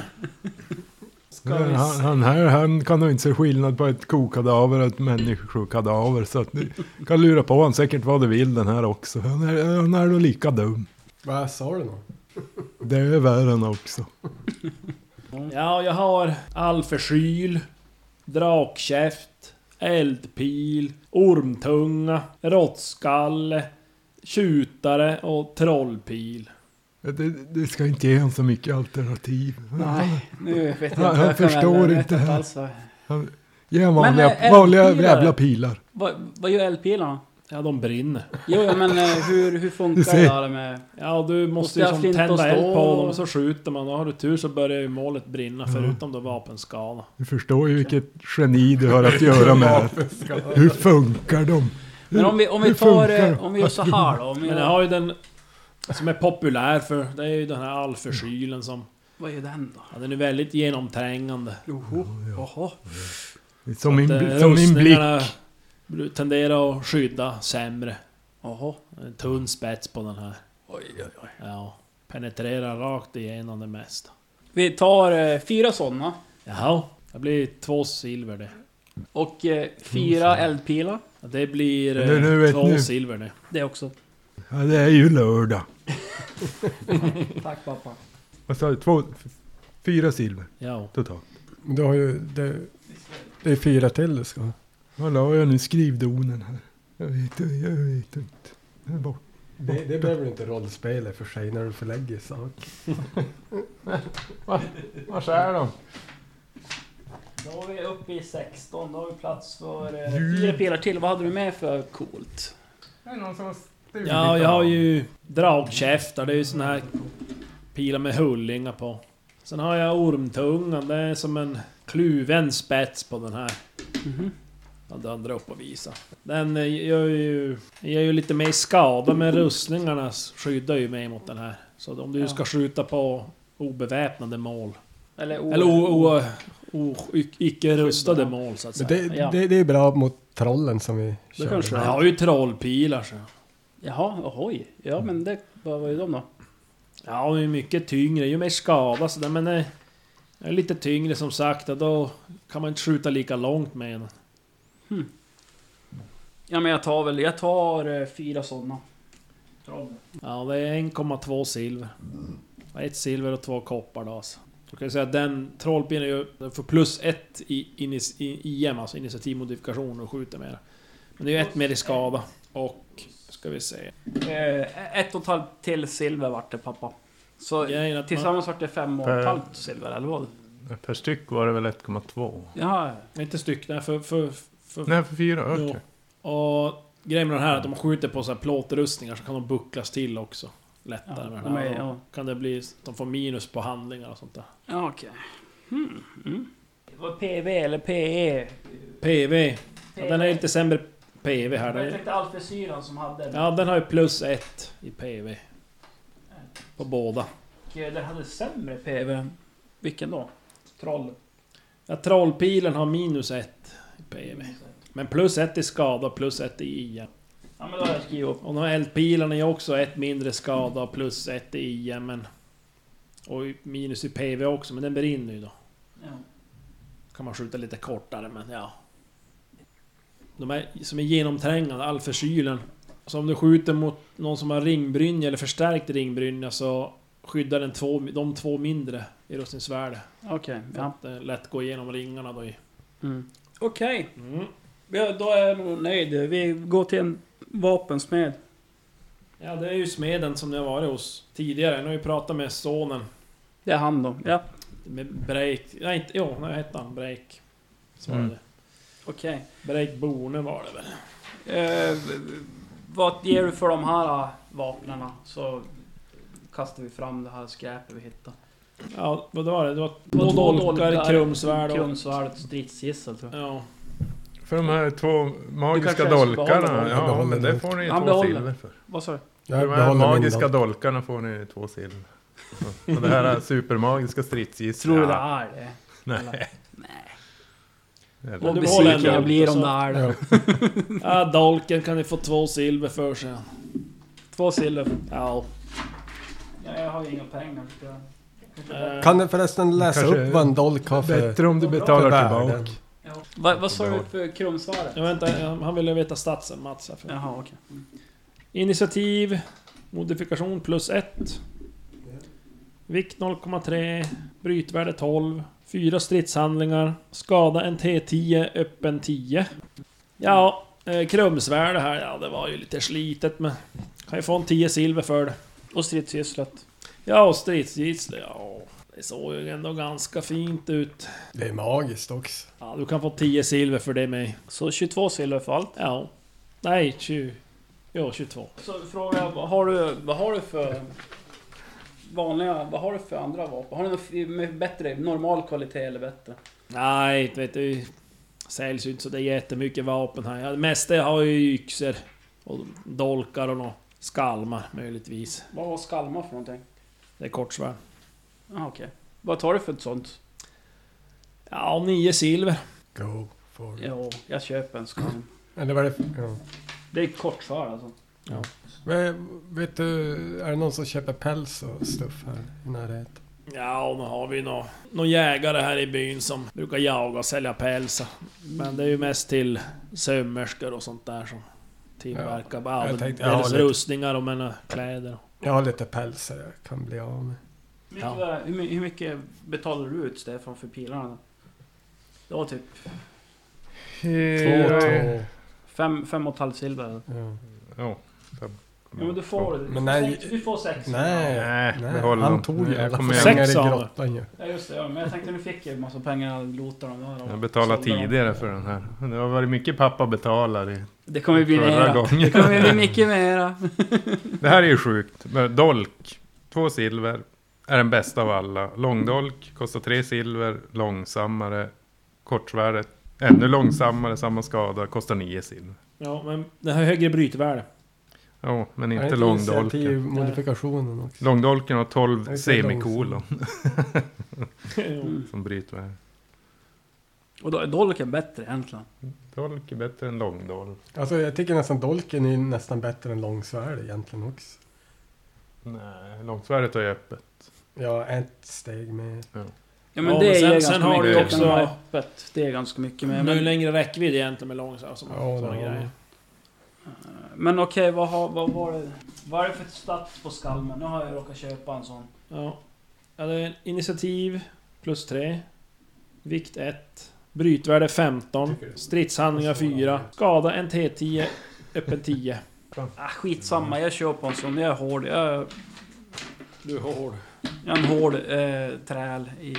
Han kan nog inte se skillnad på ett kokadaver och ett människokadaver. Så att du kan lura på han säkert vad du vill den här också. Han är då lika dum. Vad sa du då? Det är värre också. Ja, jag har alfeskyl, drakkäft, eldpil, ormtunga, råttskalle, tjutare och trollpil. Det ska inte ge honom så mycket alternativ. Nej, nu vet jag inte. Han förstår inte det här. här. Ge honom vanliga jävla pilar. Vad gör eldpilarna? Ja, de brinner. Jo, men hur funkar det där med... Ja, du måste ju som tända eld på dem och så skjuter man. Då har du tur så börjar ju målet brinna, förutom då vapenskada. Du förstår ju vilket geni du har att göra med. Hur funkar de? Men om vi gör så här då. Men jag har ju den som är populär för, det är ju den här alfeskylen som... Vad är den då? Ja, den är väldigt genomträngande. Jaha. Som min blick. Tenderar att skydda sämre. Jaha. En tunn spets på den här. Oj. Ja, penetrerar rakt igenom det mesta. Vi tar 4 sådana. Jaha, det blir 2 silver det. Och 4 eldpilar. Ja, det blir 2 silver det. Det också. Ja, det är ju lördag. Tack pappa. Vad sa du? 4 silver? Ja. Totalt. Du har ju... Det är 4 till du ska ha. Vad la jag nu skrivdonen här? Jag vet inte. Den är bort. Det behöver du inte rollspela för sig när du förlägger sak. Vad skär de? Då är vi uppe i 16. Då har vi plats för 4 pilar till. Vad hade du med för coolt? Det är någon som Ja, jag har ju dragkäftar. Det är ju såna här pilar med hullingar på. Sen har jag ormtungan. Det är som en kluven spets på den här. Den andra upp och visa. Den gör ju lite mer skada, men rustningarna skyddar ju mig mot den här. Så om du ska skjuta på obeväpnade mål. Eller icke rustade mål så att säga. Det är bra mot trollen som vi kör. Jag har ju trollpilar så. Jaha, ohoj. Ja, men det vad var ju de då? Ja, det är mycket tyngre, ju mer skada så där, men det är lite tyngre som sagt, och då kan man inte skjuta lika långt med den. Ja, men jag tar 4 sådana. Ja, det är 1,2 silver. 1 silver och 2 koppar då alltså. Så kan jag säga att den trollpilen är ju för +1 i IM, alltså initiativmodifikation, och skjuter mer. Men det är ju 1 mer i skada. Och ska vi se. 1,5 till silver vart det, pappa. Så tillsammans vart det 5,5 silver, eller vad? Per styck var det väl 1,2? Ja, inte styck, nej Nej, för 4, okej. Okay. Och grejen med den här är att de skjuter på så här plåtrustningar så kan de bucklas till också. Lättare med den här. Kan det bli att de får minus på handlingar och sånt där. Ja, okej. Var PV eller PE? PV. Ja, den är lite sämre PV här. Jag tänkte alfesyran som hade den. Ja, den har ju +1 i PV. På båda. Och den hade sämre PV. Vilken då? Troll. Ja, trollpilen har -1 i PV. Men +1 i skada, +1 i IM. Ja, men då har jag skrivit upp. Och de här eldpilarna är också 1 mindre skada och +1 i IM. Men... Och minus i PV också, men den brinner ju då. Ja. Kan man skjuta lite kortare, men ja. De är som är genomträngande, alfesylen. Så om du skjuter mot någon som har ringbrynja eller förstärkt ringbrynja så skyddar den de 2 mindre i rustningsvärde. Okej, ja. Att lätt gå igenom ringarna då i. Okej. Ja, då är jag nog nöjd. Vi går till en vapensmed. Ja, det är ju smeden som ni har varit hos tidigare. Nu har vi pratat med sonen. Det är han då, ja. Med Break... Nej, inte... Jo, vad hette han? Break. Så var det. Okej. Break Borne var det väl. Vad ger du för de här vapnarna? Så kastar vi fram det här skräpet vi hittar. Ja, vad var det? Det var två dolkar, krumsvärd och... Krumsvärd och stridsgissel, tror jag. Ja. För de här 2 magiska dolkarna, ja men det får ni ju 2 silver för. Vad sa du? De här magiska dolkarna får ni 2 silver. Och det här supermagiska stridsgisslet. Tror du det är det? Nej. Vad besviken jag blir om det är det. Ja, dolken kan ni få 2 silver för sig. 2 silver? Ja. Jag har ju inga pengar. Kan du förresten läsa upp vad en dolk har för... Bättre om du betalar tillbaka. Ja. Vad sa du för krumsvärdet? Jag vet inte, han ville veta statsen, Mats. Jaha, okej. Initiativ, modifikation +1. Vikt 0,3, brytvärde 12, 4 stridshandlingar, skada en T10, öppen 10. Ja, krumsvärde här, ja det var ju lite slitet men kan ju få en 10 silver för det. Och stridsgisslet? Ja, och stridsgisslet, ja det såg ju ändå ganska fint ut. Det är magiskt också. Ja, du kan få 10 silver för det med. Så 22 silver för allt? Ja. Nej, 22. Så fråga jag, vad har du för vanliga, vad har du för andra vapen? Har du något med bättre, normal kvalitet eller bättre? Nej, vet du, säljs ju inte så det är jättemycket vapen här. Det mesta har ju yxor och dolkar och några skalmar möjligtvis. Vad var skalmar för någonting? Det är kortsvärd. Ah, okej. Vad tar du för ett sånt? Ja, 9 silver. Go for it. Jo, jag köper en skalm. Eller vad är det? Ja. Det är kortsvärd alltså. Ja. Vet du, är det någon som köper päls och stuff här i närheten? Ja, och nu har vi någon jägare här i byn som brukar jaga och sälja pälsar. Men det är ju mest till sömmerskor och sånt där som tillverkar dels rustningar och menar kläder. Jag har lite pälsar jag kan bli av med. Ja. Hur mycket betalar du ut, Stefan, för pilarna? Det var typ 5,5 silver. Ja. Ja, men du får men nej, du får 6. Nej, han tog ju alla pengar 6 i grottan ju. Ja just det, ja, men jag tänkte nu fick jag en massa pengar och lotar dem där. Jag betalade tidigare för den här. Det har varit mycket pappa betalar. Det kommer bli mera. Det kommer bli mycket mera. Det här är ju sjukt. Dolk, 2 silver, är den bästa av alla. Långdolk kostar 3 silver, långsammare. Kortsvärdet, ännu långsammare, samma skada, kostar 9 silver. Ja, men det har högre brytvärde. Ja, men inte långdolken. Modifikationen också. Långdolken har 12 semikolon. Som brytvärde. Och då är dolken bättre egentligen. Dolk är bättre än långdolk. Alltså jag tycker nästan dolken är nästan bättre än långsvärd egentligen också. Nej, långsvärdet är öppet. Ja, ett steg med. Ja, men det är sen har du också öppet. Det är ganska mycket med. Det är ju längre räckvidd egentligen med långsvärd som sådana grejer. Men okej, vad är det för stats på skalmen? Nu har jag råkat köpa en sån. Ja, det är initiativ +3, vikt 1, brytvärde 15, stridshandlingar 4, skada en T10, öppen 10. Skitsamma, jag kör på en sån. Jag är hård. Du är hård. Jag är en hård träl i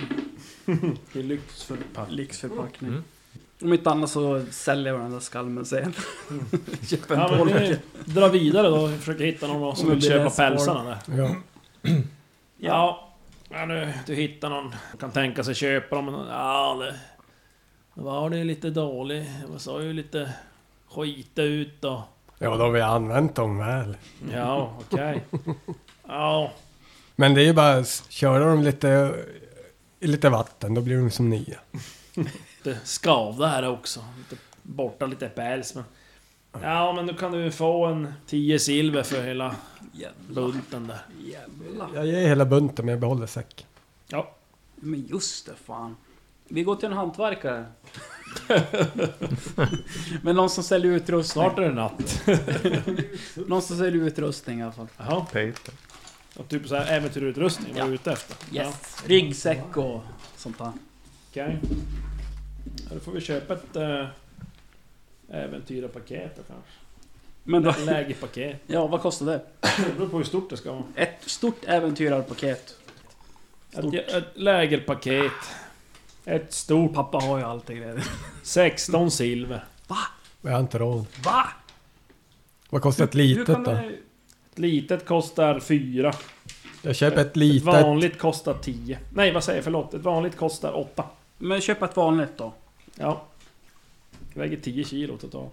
lyxförpackning. Om inte annat så säljer jag den där skalmen sen. Ja, men ni drar vidare då och försöker hitta någon som vill köpa pälsarna där. Ja, nu du hittar någon som kan tänka sig köpa dem. Ja, det var det lite dålig. Det såg ju lite skita ut då. Ja, då har vi använt dem väl. Ja, okej. Ja. Men det är ju bara att köra dem i lite vatten, då blir de som nya. Det skavda här också. Borta lite päls, men... Ja, men då kan du få en 10 silver för hela bunten där. Jag ger hela bunten, men jag behåller säcken. Ja. Men just det, fan. Vi går till en hantverkare. Men någon som säljer utrustning. Snart är det natt. Någon som säljer utrustning i alla fall. Jaha. Peter. Och typ så här äventyrutrustning var du ute efter. Yes. Ja. Ryggsäck och sånt där. Okej. Ja, då får vi köpa ett äventyrarpaket då kanske. Men då... Ett lägerpaket. Ja, vad kostar det? Det beror på hur stort det ska vara. Ett stort äventyrarpaket. Ett lägerpaket. Ett stort. Pappa har ju alltid grejer. 16 silver. Va? Jag har inte råd. Va? Vad kostar ett litet då? Ett litet kostar 4. Jag köper ett litet. Ett vanligt kostar 10. Nej, vad säger jag? Förlåt. Ett vanligt kostar 8. Men köp ett vanligt då. Ja. Det väger 10 kilo totalt.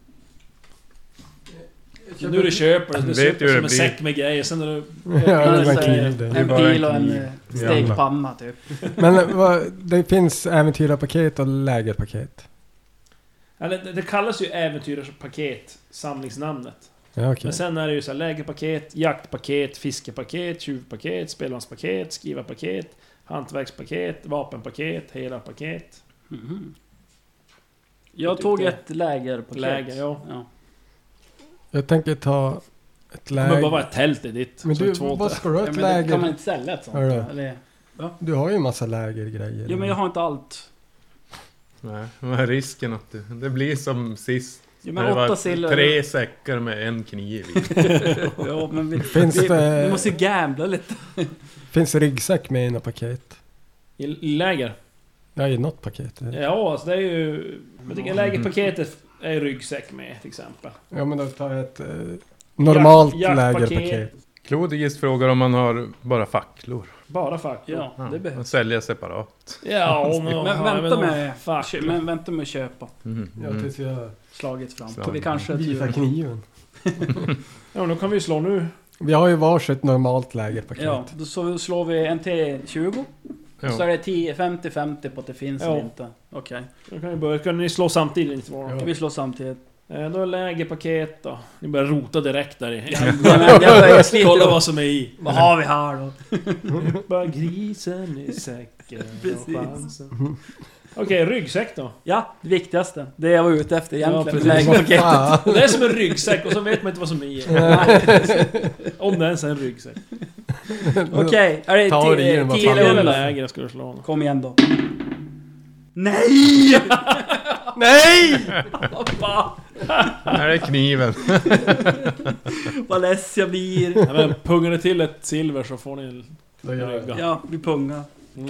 Nu du köper det, super som en säck med grejer. Sen när du... en bil och en stegpanna typ. Men det finns äventyrarpaket och lägerpaket. Eller, det kallas ju äventyrarpaket, samlingsnamnet. Ja, okay. Men sen är det ju så här lägerpaket, jaktpaket, fiskepaket, tjuvpaket, spelmanspaket, skrivarpaket, hantverkspaket, vapenpaket, hela paket. Mm. Jag tog ett lägerpaket. Läger, ja. Jag tänker ta ett läger. Men bara vara ett tält i ditt. Men du, vad ska du ha ett läger? Kan man inte sälja ett sånt? Eller? Ja. Du har ju en massa lägergrejer. Ja, men jag har inte allt. Nej, vad är risken att det blir som sist? Ja, men 8 silver. 3 säckar med en kniv i. Ja, men vi måste ju gambla lite. Finns ryggsäck med i något paket? I läger? Ja, i något paket. Ja, alltså det är ju... Jag tycker lägerpaketet är ryggsäck med, till exempel. Ja, men då tar jag ett normalt lägerpaket. Klodigis frågar om man har bara facklor. Bara facklor? Ja, det behövs. Man säljer separat. Ja, men vänta med att köpa. Ja, tills vi har slagit fram. Vi kanske visa kniven. Ja, då kan vi slå nu. Vi har ju varsitt normalt lägerpaket. Ja, då slår vi en T20. Ja. Så är det 50-50 på att det finns eller inte. Okej. Då kan vi börja. Kan ni slå samtidigt? Ja. Vi slår samtidigt. Då är lägerpaket då. Ni börjar rota direkt där i. Jag kolla vad som är i. Vad har vi här då? Bara grisen i säcken. Precis. Okej, ryggsäck då. Ja, det viktigaste. Det jag var ute efter egentligen. Ja, det är som en ryggsäck och så vet man inte vad som är i. Om det ens är en ryggsäck. Okej, är det 10 eller läger ska du slå. Kom igen då. Nej! Nej! Här är kniven. Vad less jag blir. Ja, men pungar ni till ett silver så får ni en rygga. Ja, vi pungar.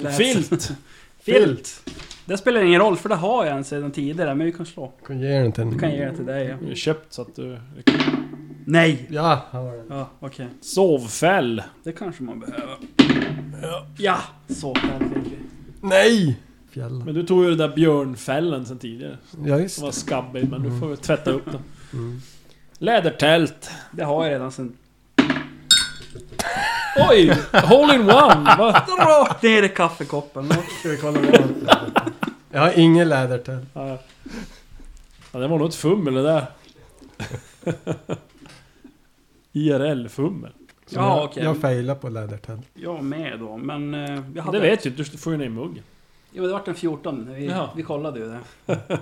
Filt. Det spelar ingen roll för det har jag en sedan tidigare, men vi kan slå. Du kan ge den till, dig, ja. Du har köpt så att du... Nej! Ja, ja, okej. Sovfäll. Det kanske man behöver. Ja, sovfäll fick vi. Nej! Fjällen. Men du tog ju det där björnfällen sen tidigare. Ja, just det. Som var skabbig, men du får tvätta upp den. Lädertält. Det har jag redan sen. Oj! Hole in one! Rakt ner i kaffekoppen. Ska vi kolla vad jag har ingen lädertält. Ja, det var nog ett fummel det där. IRL-fummel. Ja, okej. Jag failar på lädertält. Jag med då, men... jag hade det vet ju, du får ju ner i muggen. Jo, det var en 14. Vi kollade ju det.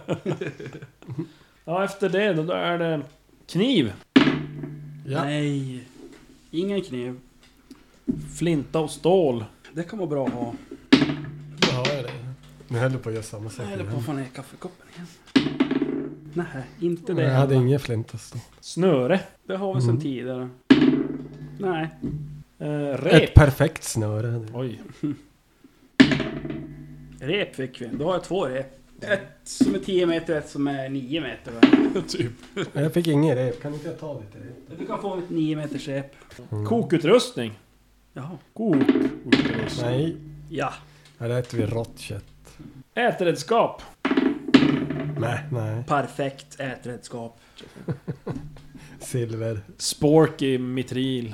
Ja, efter det då är det kniv. Ja. Nej, ingen kniv. Flinta och stål. Det kan vara bra att ha. Då har jag det. Nu höll du på att göra samma sak. Jag höll på att få ner kaffekoppen igen. Nej, inte det. Jag hade ingen flint och stål. Snöre. Det har vi sedan tidigare. Nej. Rep. Ett perfekt snöre. Oj. Rep fick vi. Då har jag 2 rep. Ett som är 10 meter och ett som är 9 meter. Typ. Jag fick ingen rep. Kan inte jag ta lite rep? Du kan få ett 9 meters rep. Kokutrustning. Jaha. Kokutrustning. Nej. Ja. Här äter vi rått kött. Ätredskap. Nej. Perfekt ätredskap. Silver. Sporky mitril.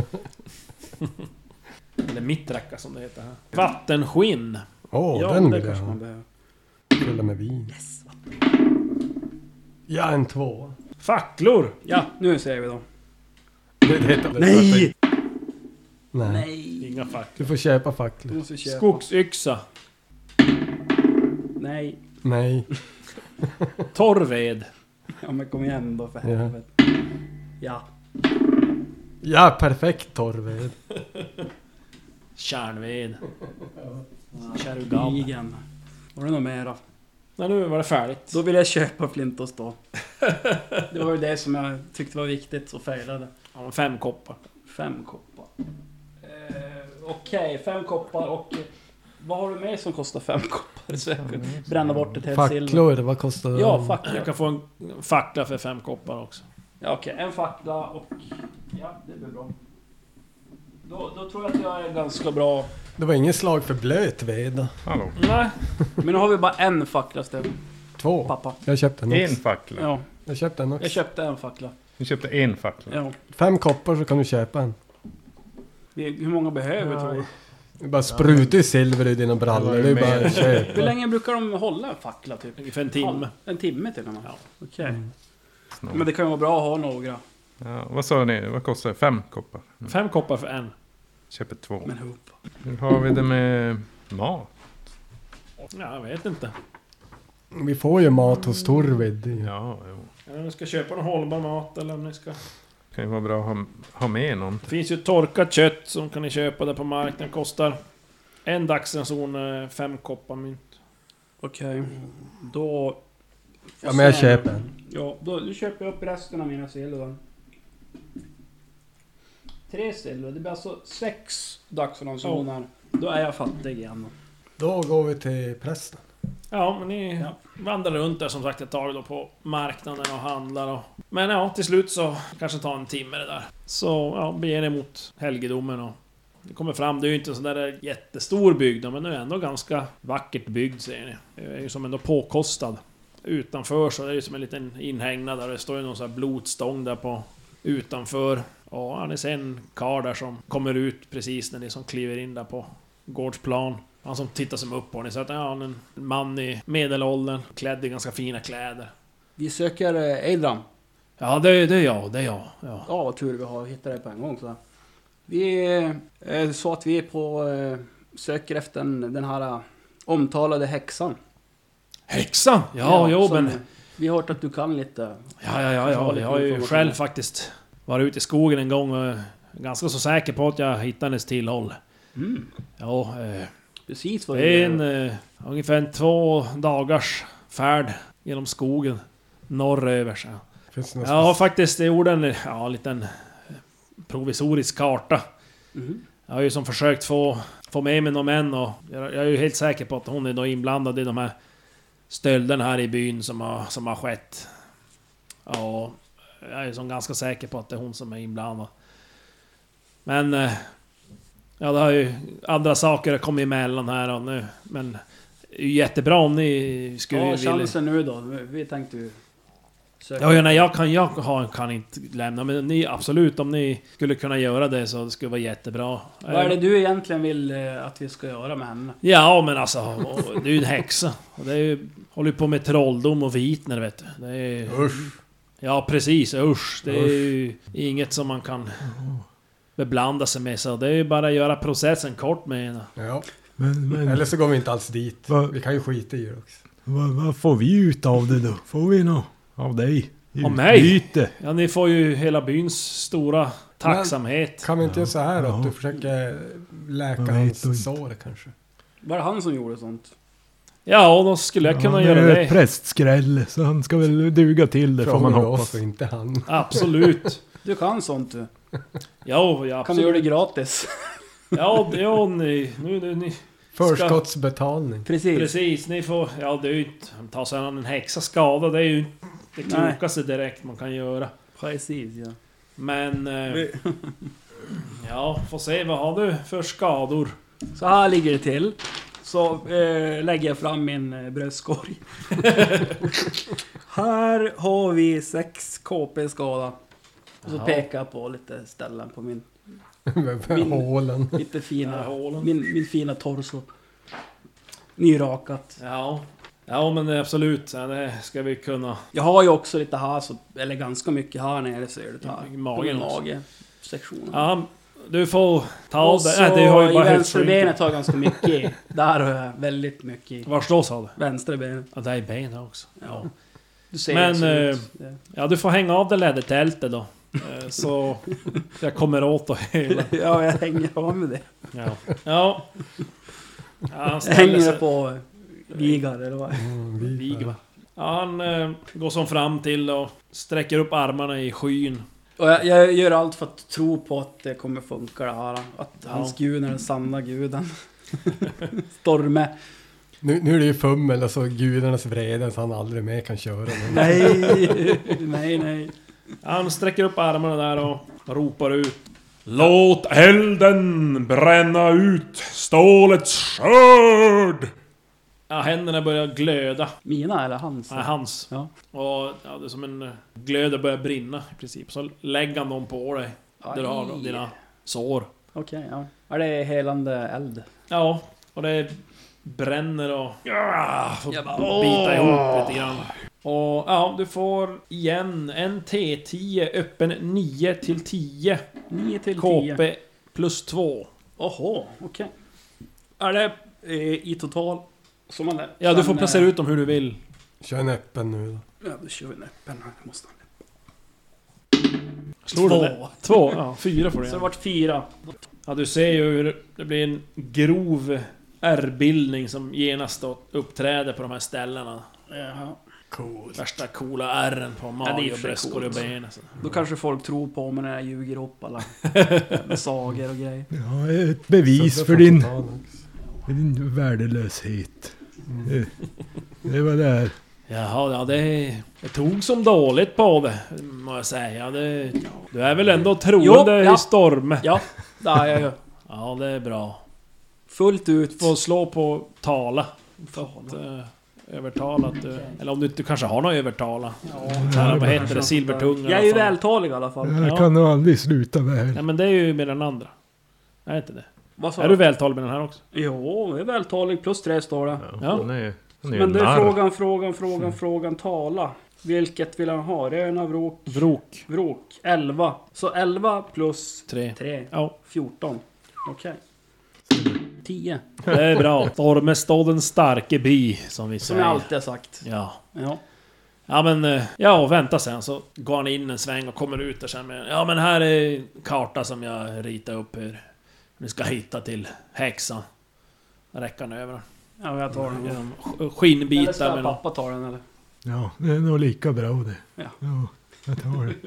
Eller mitraka som det heter här. Vattenskinn. Ja, den det vill kanske jag man ha. behöver. Fylla med vin. Yes. Ja, en 2. Facklor. Ja, nu ser vi då. Nej! Nej! Inga facklor. Du får köpa facklor. Skogsyxa. Nej. Torrved. Ja, men kom igen då för helvete. Ja. Ja, perfekt torrved. Kärnved. Kärrugan. Var det något mer då? Nej, nu var det färdigt. Då vill jag köpa flint och stål. Det var ju det som jag tyckte var viktigt och failade. Ja, 5 koppar. 5 koppar. Okej, 5 koppar och... Vad har du med som kostar 5 koppar? Så jag kan bränna bort ett helt silver. Facklor, vad kostar det? Ja, facklor. Jag kan få en fackla för 5 koppar också. Ja, okej. En fackla och... Ja, det blir bra. Då tror jag att jag är ganska bra. Det var ingen slag för blöt ved då. Hallå. Nej. Men nu har vi bara en fackla, Sten. 2. Pappa. Jag köpte en också. En fackla. Ja. Jag köpte en också. Jag köpte en fackla. Du köpte en fackla. Ja. 5 koppar så kan du köpa en. Hur många behöver tror du? Det är bara spruta i silver i dina brallor. Det är bara att köpa. Hur länge brukar de hålla en fackla typ? Ungefär en timme. En timme till och med? Ja. Okej. Men det kan ju vara bra att ha några. Ja, vad sa ni? Vad kostar det? 5 koppar? 5 koppar för en. Köper 2. Men ihop. Hur har vi det med mat? Ja, jag vet inte. Vi får ju mat hos Torvid. Ja, jo. Eller om ni ska köpa någon hållbar mat eller om ni ska... Kan ju vara bra att ha med någon. Det finns ju torkat kött som kan ni köpa där på marknaden. Kostar en dagsranson 5 koppar mynt. Okej. Då... Ja, men jag köper en. Ja, då köper jag upp resten av mina silver. 3 silver. Det blir alltså 6 dagsransoner. Då är jag fattig igen. Då går vi till prästen. Ja, men ni vandrar runt där som sagt ett tag då på marknaden och handlar och... Men ja, till slut så kanske ta en timme det där. Så ja, beger er mot helgedomen och... Det kommer fram, det är ju inte en sån där jättestor bygd, men det är ändå ganska vackert byggd ser ni. Det är ju som ändå påkostad. Utanför så är det ju som en liten inhägnad där det står ju någon sån här blodstång där på utanför. Och ni ser en karl där som kommer ut precis när ni som kliver in där på gårdsplan. Han som tittar som upp på ni så att ja, en man i medelåldern klädd i ganska fina kläder. Vi söker Eidram. Ja, det är jag. Ja, vad tur vi har hittat det på en gång så. Vi är så att vi är på söker efter den här omtalade häxan. Häxan? Ja, jo, men... Vi har hört att du kan lite. Ja. Jag har ju själv faktiskt varit ute i skogen en gång och är ganska så säker på att jag hittar hennes tillhåll. Mm. Ja, precis vad det är ungefär 2 dagars färd genom skogen norröver. Så. Jag har faktiskt gjort en liten provisorisk karta. Mm. Jag har ju som försökt få med mig någon män och jag är ju helt säker på att hon är då inblandad i de här stölderna här i byn som har skett. Ja, jag är ju som ganska säker på att det är hon som är inblandad. Men ja, det har ju andra saker kommit emellan här och nu. Men det är ju jättebra om ni skulle vilja... chansen nu då. Vi tänkte ju söka. Ja, nej, jag kan inte lämna. Men ni, absolut, om ni skulle kunna göra det så det skulle vara jättebra. Vad är det du egentligen vill att vi ska göra med henne? Ja, men alltså, det är ju en häxa. Och det är ju, håller ju på med trolldom och vitner, vet du. Det är, Usch. Ja, precis. Usch. Det är ju inget som man kan beblanda sig med. Så det är ju bara att göra processen kort med henne. Ja. Men, eller så går vi inte alls dit. Vi kan ju skita i det också. Vad får vi ut av det då? Får vi något av dig? Av mig? Ja, ni får ju hela byns stora tacksamhet. Men, kan vi inte göra så här då? Att du försöker läka hans sår kanske? Var det han som gjorde sånt? Ja, och då skulle jag kunna göra det. Det är prästskräll, så han ska väl duga till det, får man hoppas. Oss, inte han. Absolut. Du kan sånt du. Ja, absolut. Kan du göra det gratis? Ja, ni förskottsbetalning. Precis, ni får... Ja, det är ju inte... Ta sig en häxa skada, det är ju det klokaste direkt man kan göra. Precis, ja. Men... ja, får se, vad har du för skador? Så här ligger det till. Så lägger jag fram min bröstkorg. Här har vi 6 KP-skada. Och så pekar jag på lite ställen på min hålen. Lite fina hålen. Min fina torso. Nyrakat. Ja, men absolut. Det ska vi kunna. Jag har ju också lite här, eller ganska mycket här nere, ser du här. Mage-sektionen. Ja, du får ta av det. Nej, det har ju bara vänsterbenet har ganska mycket i. Där har jag väldigt mycket i. Vars då, sa du? Vänsterbenet. Ja, det är benet också. Ja. Du ser men ja, du får hänga av det lädertältet då. Så jag kommer åt och hela. Ja, jag hänger av med det. Ja, jag hänger på Vigar eller vad? Vigar. Ja, han går som fram till och sträcker upp armarna i skyn. Och jag gör allt för att tro på att det kommer funka det här. Att hans gud är den sanna guden. Storme. Nu är det ju fummel, alltså gudarnas vrede, så han aldrig mer kan köra. Nej. Han sträcker upp armarna där och ropar ut. Låt elden bränna ut stålets skörd! Ja, händerna börjar glöda. Mina eller hans? Nej, hans. Ja. Och ja, det är som en glöd börjar brinna i princip. Så lägger han dem på dig. Där du har då dina sår. Okej, ja. Är det helande eld? Ja, och det bränner och... får bita ihop lite grann. Och ja, du får igen en T10 öppen 9 till 10. 9 till 10. KP plus 2. Oho, okej. Är det i total? Som man Ja, du får placera ut dem hur du vill. Kör en öppen nu då. Ja, då kör vi en öppen. Måste han. Slår du det? 2? Ja, 4 får du. Så det vart 4. Ja, du ser ju hur det blir en grov ärrbildning som genast då uppträder på de här ställena. Jaha. Cool. Värsta coola ärren på mage och bröstkorg och ben. Då kanske folk tror på mig när jag ljuger upp alla sagor och grejer. Ja, ett bevis för din värdelöshet. Det var det här. Jaha, ja det tog som dåligt på det, må jag säga. Du är väl ändå troende i storm? Ja, det är jag ju. Ja, det är bra. Fullt ut. Får slå på tala. För att övertala att du... Eller om du inte kanske har något övertala. Ja, vad heter det? Silvertunga. Jag är ju vältalig i alla fall. Jag kan nog aldrig sluta väl. Ja, men det är ju med den andra. Är inte det? Är du vältalig med den här också? Jo, jag är vältalig. Plus 3 står det. Ja. Men det är frågan tala. Vilket vill han ha? Röna, vrok. 11. Så 11 plus 3. Ja. 14. Okej. 10. Det är bra. Stormestad den starke by, som vi säger. Som jag alltid har sagt. Ja. Ja, men... Ja, vänta sen. Så går han in en sväng och kommer ut och sen med... Ja, men här är karta som jag ritar upp hur ni ska hitta till häxan. Räcker den över. Ja, jag tar den. Skinnbitar. Eller ska med pappa ta den eller? Ja, det är nog lika bra det. Ja. Jag tar det.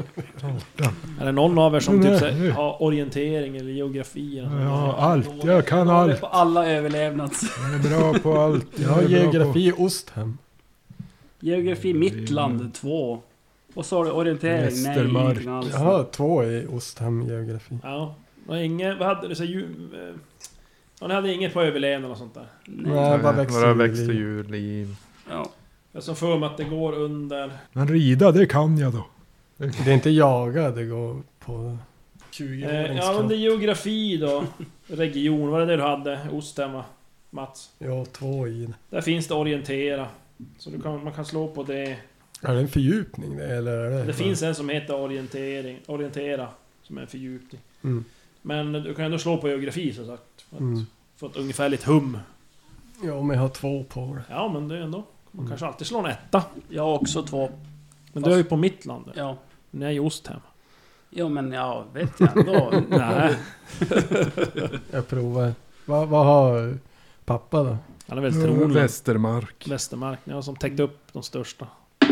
Är det någon av er som typ har orientering eller geografi? Eller ja, allt. Jag kan allt. På alla överlevnads. Jag är bra på allt. Jag har geografi Osthem. Geografi Mittland 2. Och så har du orientering. Västermark. Nej, alls. Jag har 2 i Osthem geografi. Ja. Och ingen... Vad hade du? Så ni hade inget på överlevnad och sånt där? Nej, bara växt och djurliv. Ja. Jag som för mig att det går under... Men rida, det kan jag då. Det är inte jaga, det går på 20-åringsklass. Ja, men det är geografi då. Region, vad är det du hade? Osthemma, Mats? Ja, 2 i det. Där finns det orientera. Så man kan slå på det. Är det en fördjupning det, eller är det... Det finns en som heter orientera. Som är en fördjupning. Mm. Men du kan ändå slå på geografi, så sagt. För att få ett ungefärligt hum. Ja, men jag har 2 på det. Ja, men det är ändå... Man kanske alltid slår en 1. Jag har också 2. Men du är ju på Mittland. Ja. Ni är ju Osthem. Jo, men jag vet jag ändå. Nej. Jag provar. Vad har pappa då? Han är väl trolig. Västermark. Ja, som täckte upp de största.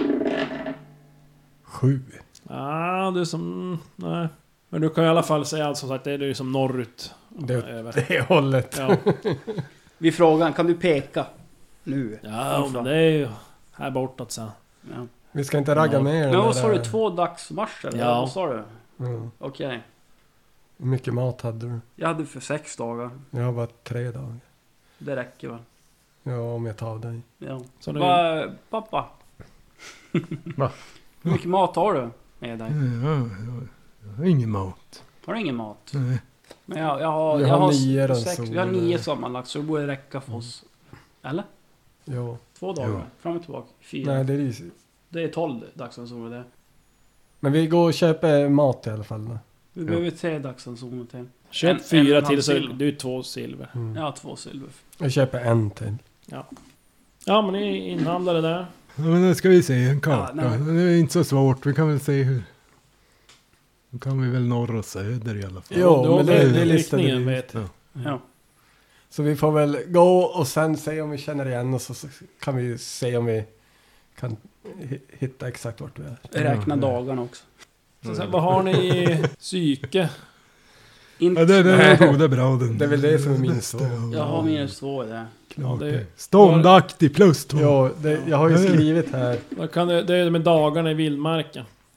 7. Ja, du som... Nej. Men du kan i alla fall säga alltså att det är ju som norrut. Det hållet. Ja. Vi frågar, kan du peka? Nu. Ja, men det är ju här bortåt sen. Ja. Vi ska inte ragga ner den. Men vad sa du? 2 dagsmarscher? Ja. Vad sa du? Mm. Okej. Hur mycket mat hade du? Jag hade för 6 dagar. Jag har bara 3 dagar. Det räcker väl? Ja, om jag tar dig. Ja. Så nu... Pappa? Va? Hur mycket mat har du med dig? Jag har ingen mat. Har du ingen mat? Nej. Men jag har 9 vi har 9 sammanlagt, så det borde räcka för oss. Eller? Ja. 2 dagar. Jo. Fram och tillbaka. 4. Nej, Det är 12 dagsransoner det. Men vi går och köper mat i alla fall då. Vi behöver 3 dagsransoner till. Köp 4 till så det är 2 silver. Mm. Ja, 2 silver. Jag köper 1 till. Ja, men ni inhandlade där. Ja, men då ska vi se en karta. Ja, det är inte så svårt. Vi kan väl se hur... Då kan vi väl norr och söder i alla fall. Jo, men det listade riktningen vi. vet. Ja. Så vi får väl gå och sen se om vi känner igen oss. Och så kan vi se om vi kan hitta exakt vart vi är. Räkna dagarna också. Så vad har ni i psyke? Ja, det är goda bra den. Det är väl det som är minst då. Jag har -2 i det. Klart Ja, det. Ståndaktig plus 2. Ja, jag har ju skrivit här. Det är med dagarna i vildmarken.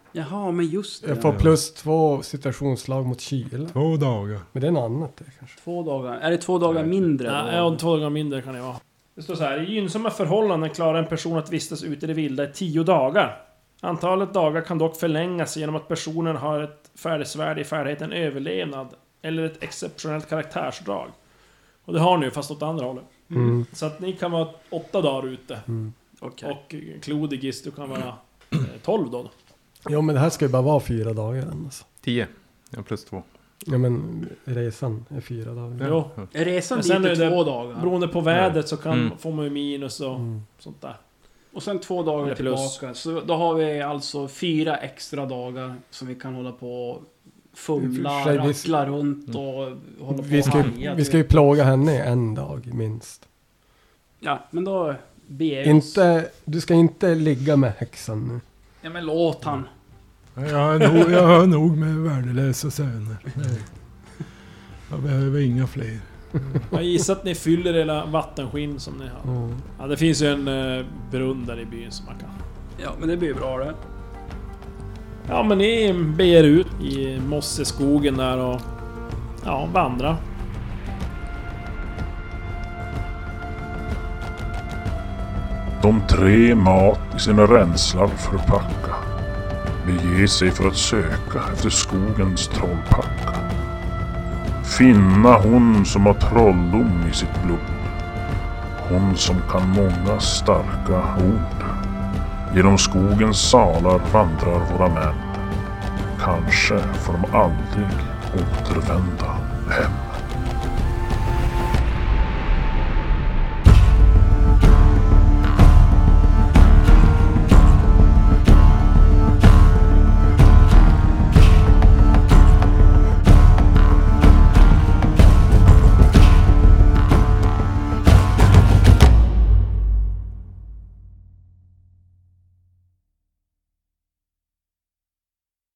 Jaha, men just det. Jag får plus 2 situationsslag mot kyla. 2 dagar. Men det är något annat det kanske. 2 dagar. Är det 2 dagar mindre? Ja, 2 dagar mindre kan det vara. Det står så här. I gynnsamma förhållanden klarar en person att vistas ute i det vilda i 10 dagar. Antalet dagar kan dock förlängas genom att personen har ett färdighetsvärde i färdigheten överlevnad eller ett exceptionellt karaktärsdrag. Och det har ni ju, fast åt andra hållet. Så att ni kan vara 8 dagar ute. Okay. Och Klodigis, du kan vara 12 då. Jo, men det här ska ju bara vara 4 dagar alltså. 10. Ja, plus 2. Ja, men resan är 4 dagar. Jo. Resan dit sen är 2 dagar. Beroende på vädret så får man ju minus och sånt där. Och sen 2 dagar tillbaka. Så då har vi alltså 4 extra dagar som vi kan hålla på och fumla, rackla runt och hålla på vi ska ju plåga henne i 1 dag minst. Ja, men då du ska inte ligga med häxan nu. Ja, men låt han. Jag har nog med värdelösa söner. Jag behöver inga fler. Jag gissar att ni fyller hela vattenskinn som ni har. Ja, det finns ju en brunn där i byn som man kan. Ja, men det blir bra det. Ja, men ni beger ut i mosseskogen där och vandrar. De 3 mat i sina ränslar förpacka beger sig för att söka efter skogens trollpacka. Finna hon som har trolldom i sitt blod. Hon som kan många starka ord. Genom skogens salar vandrar våra män. Kanske får de aldrig återvända hem.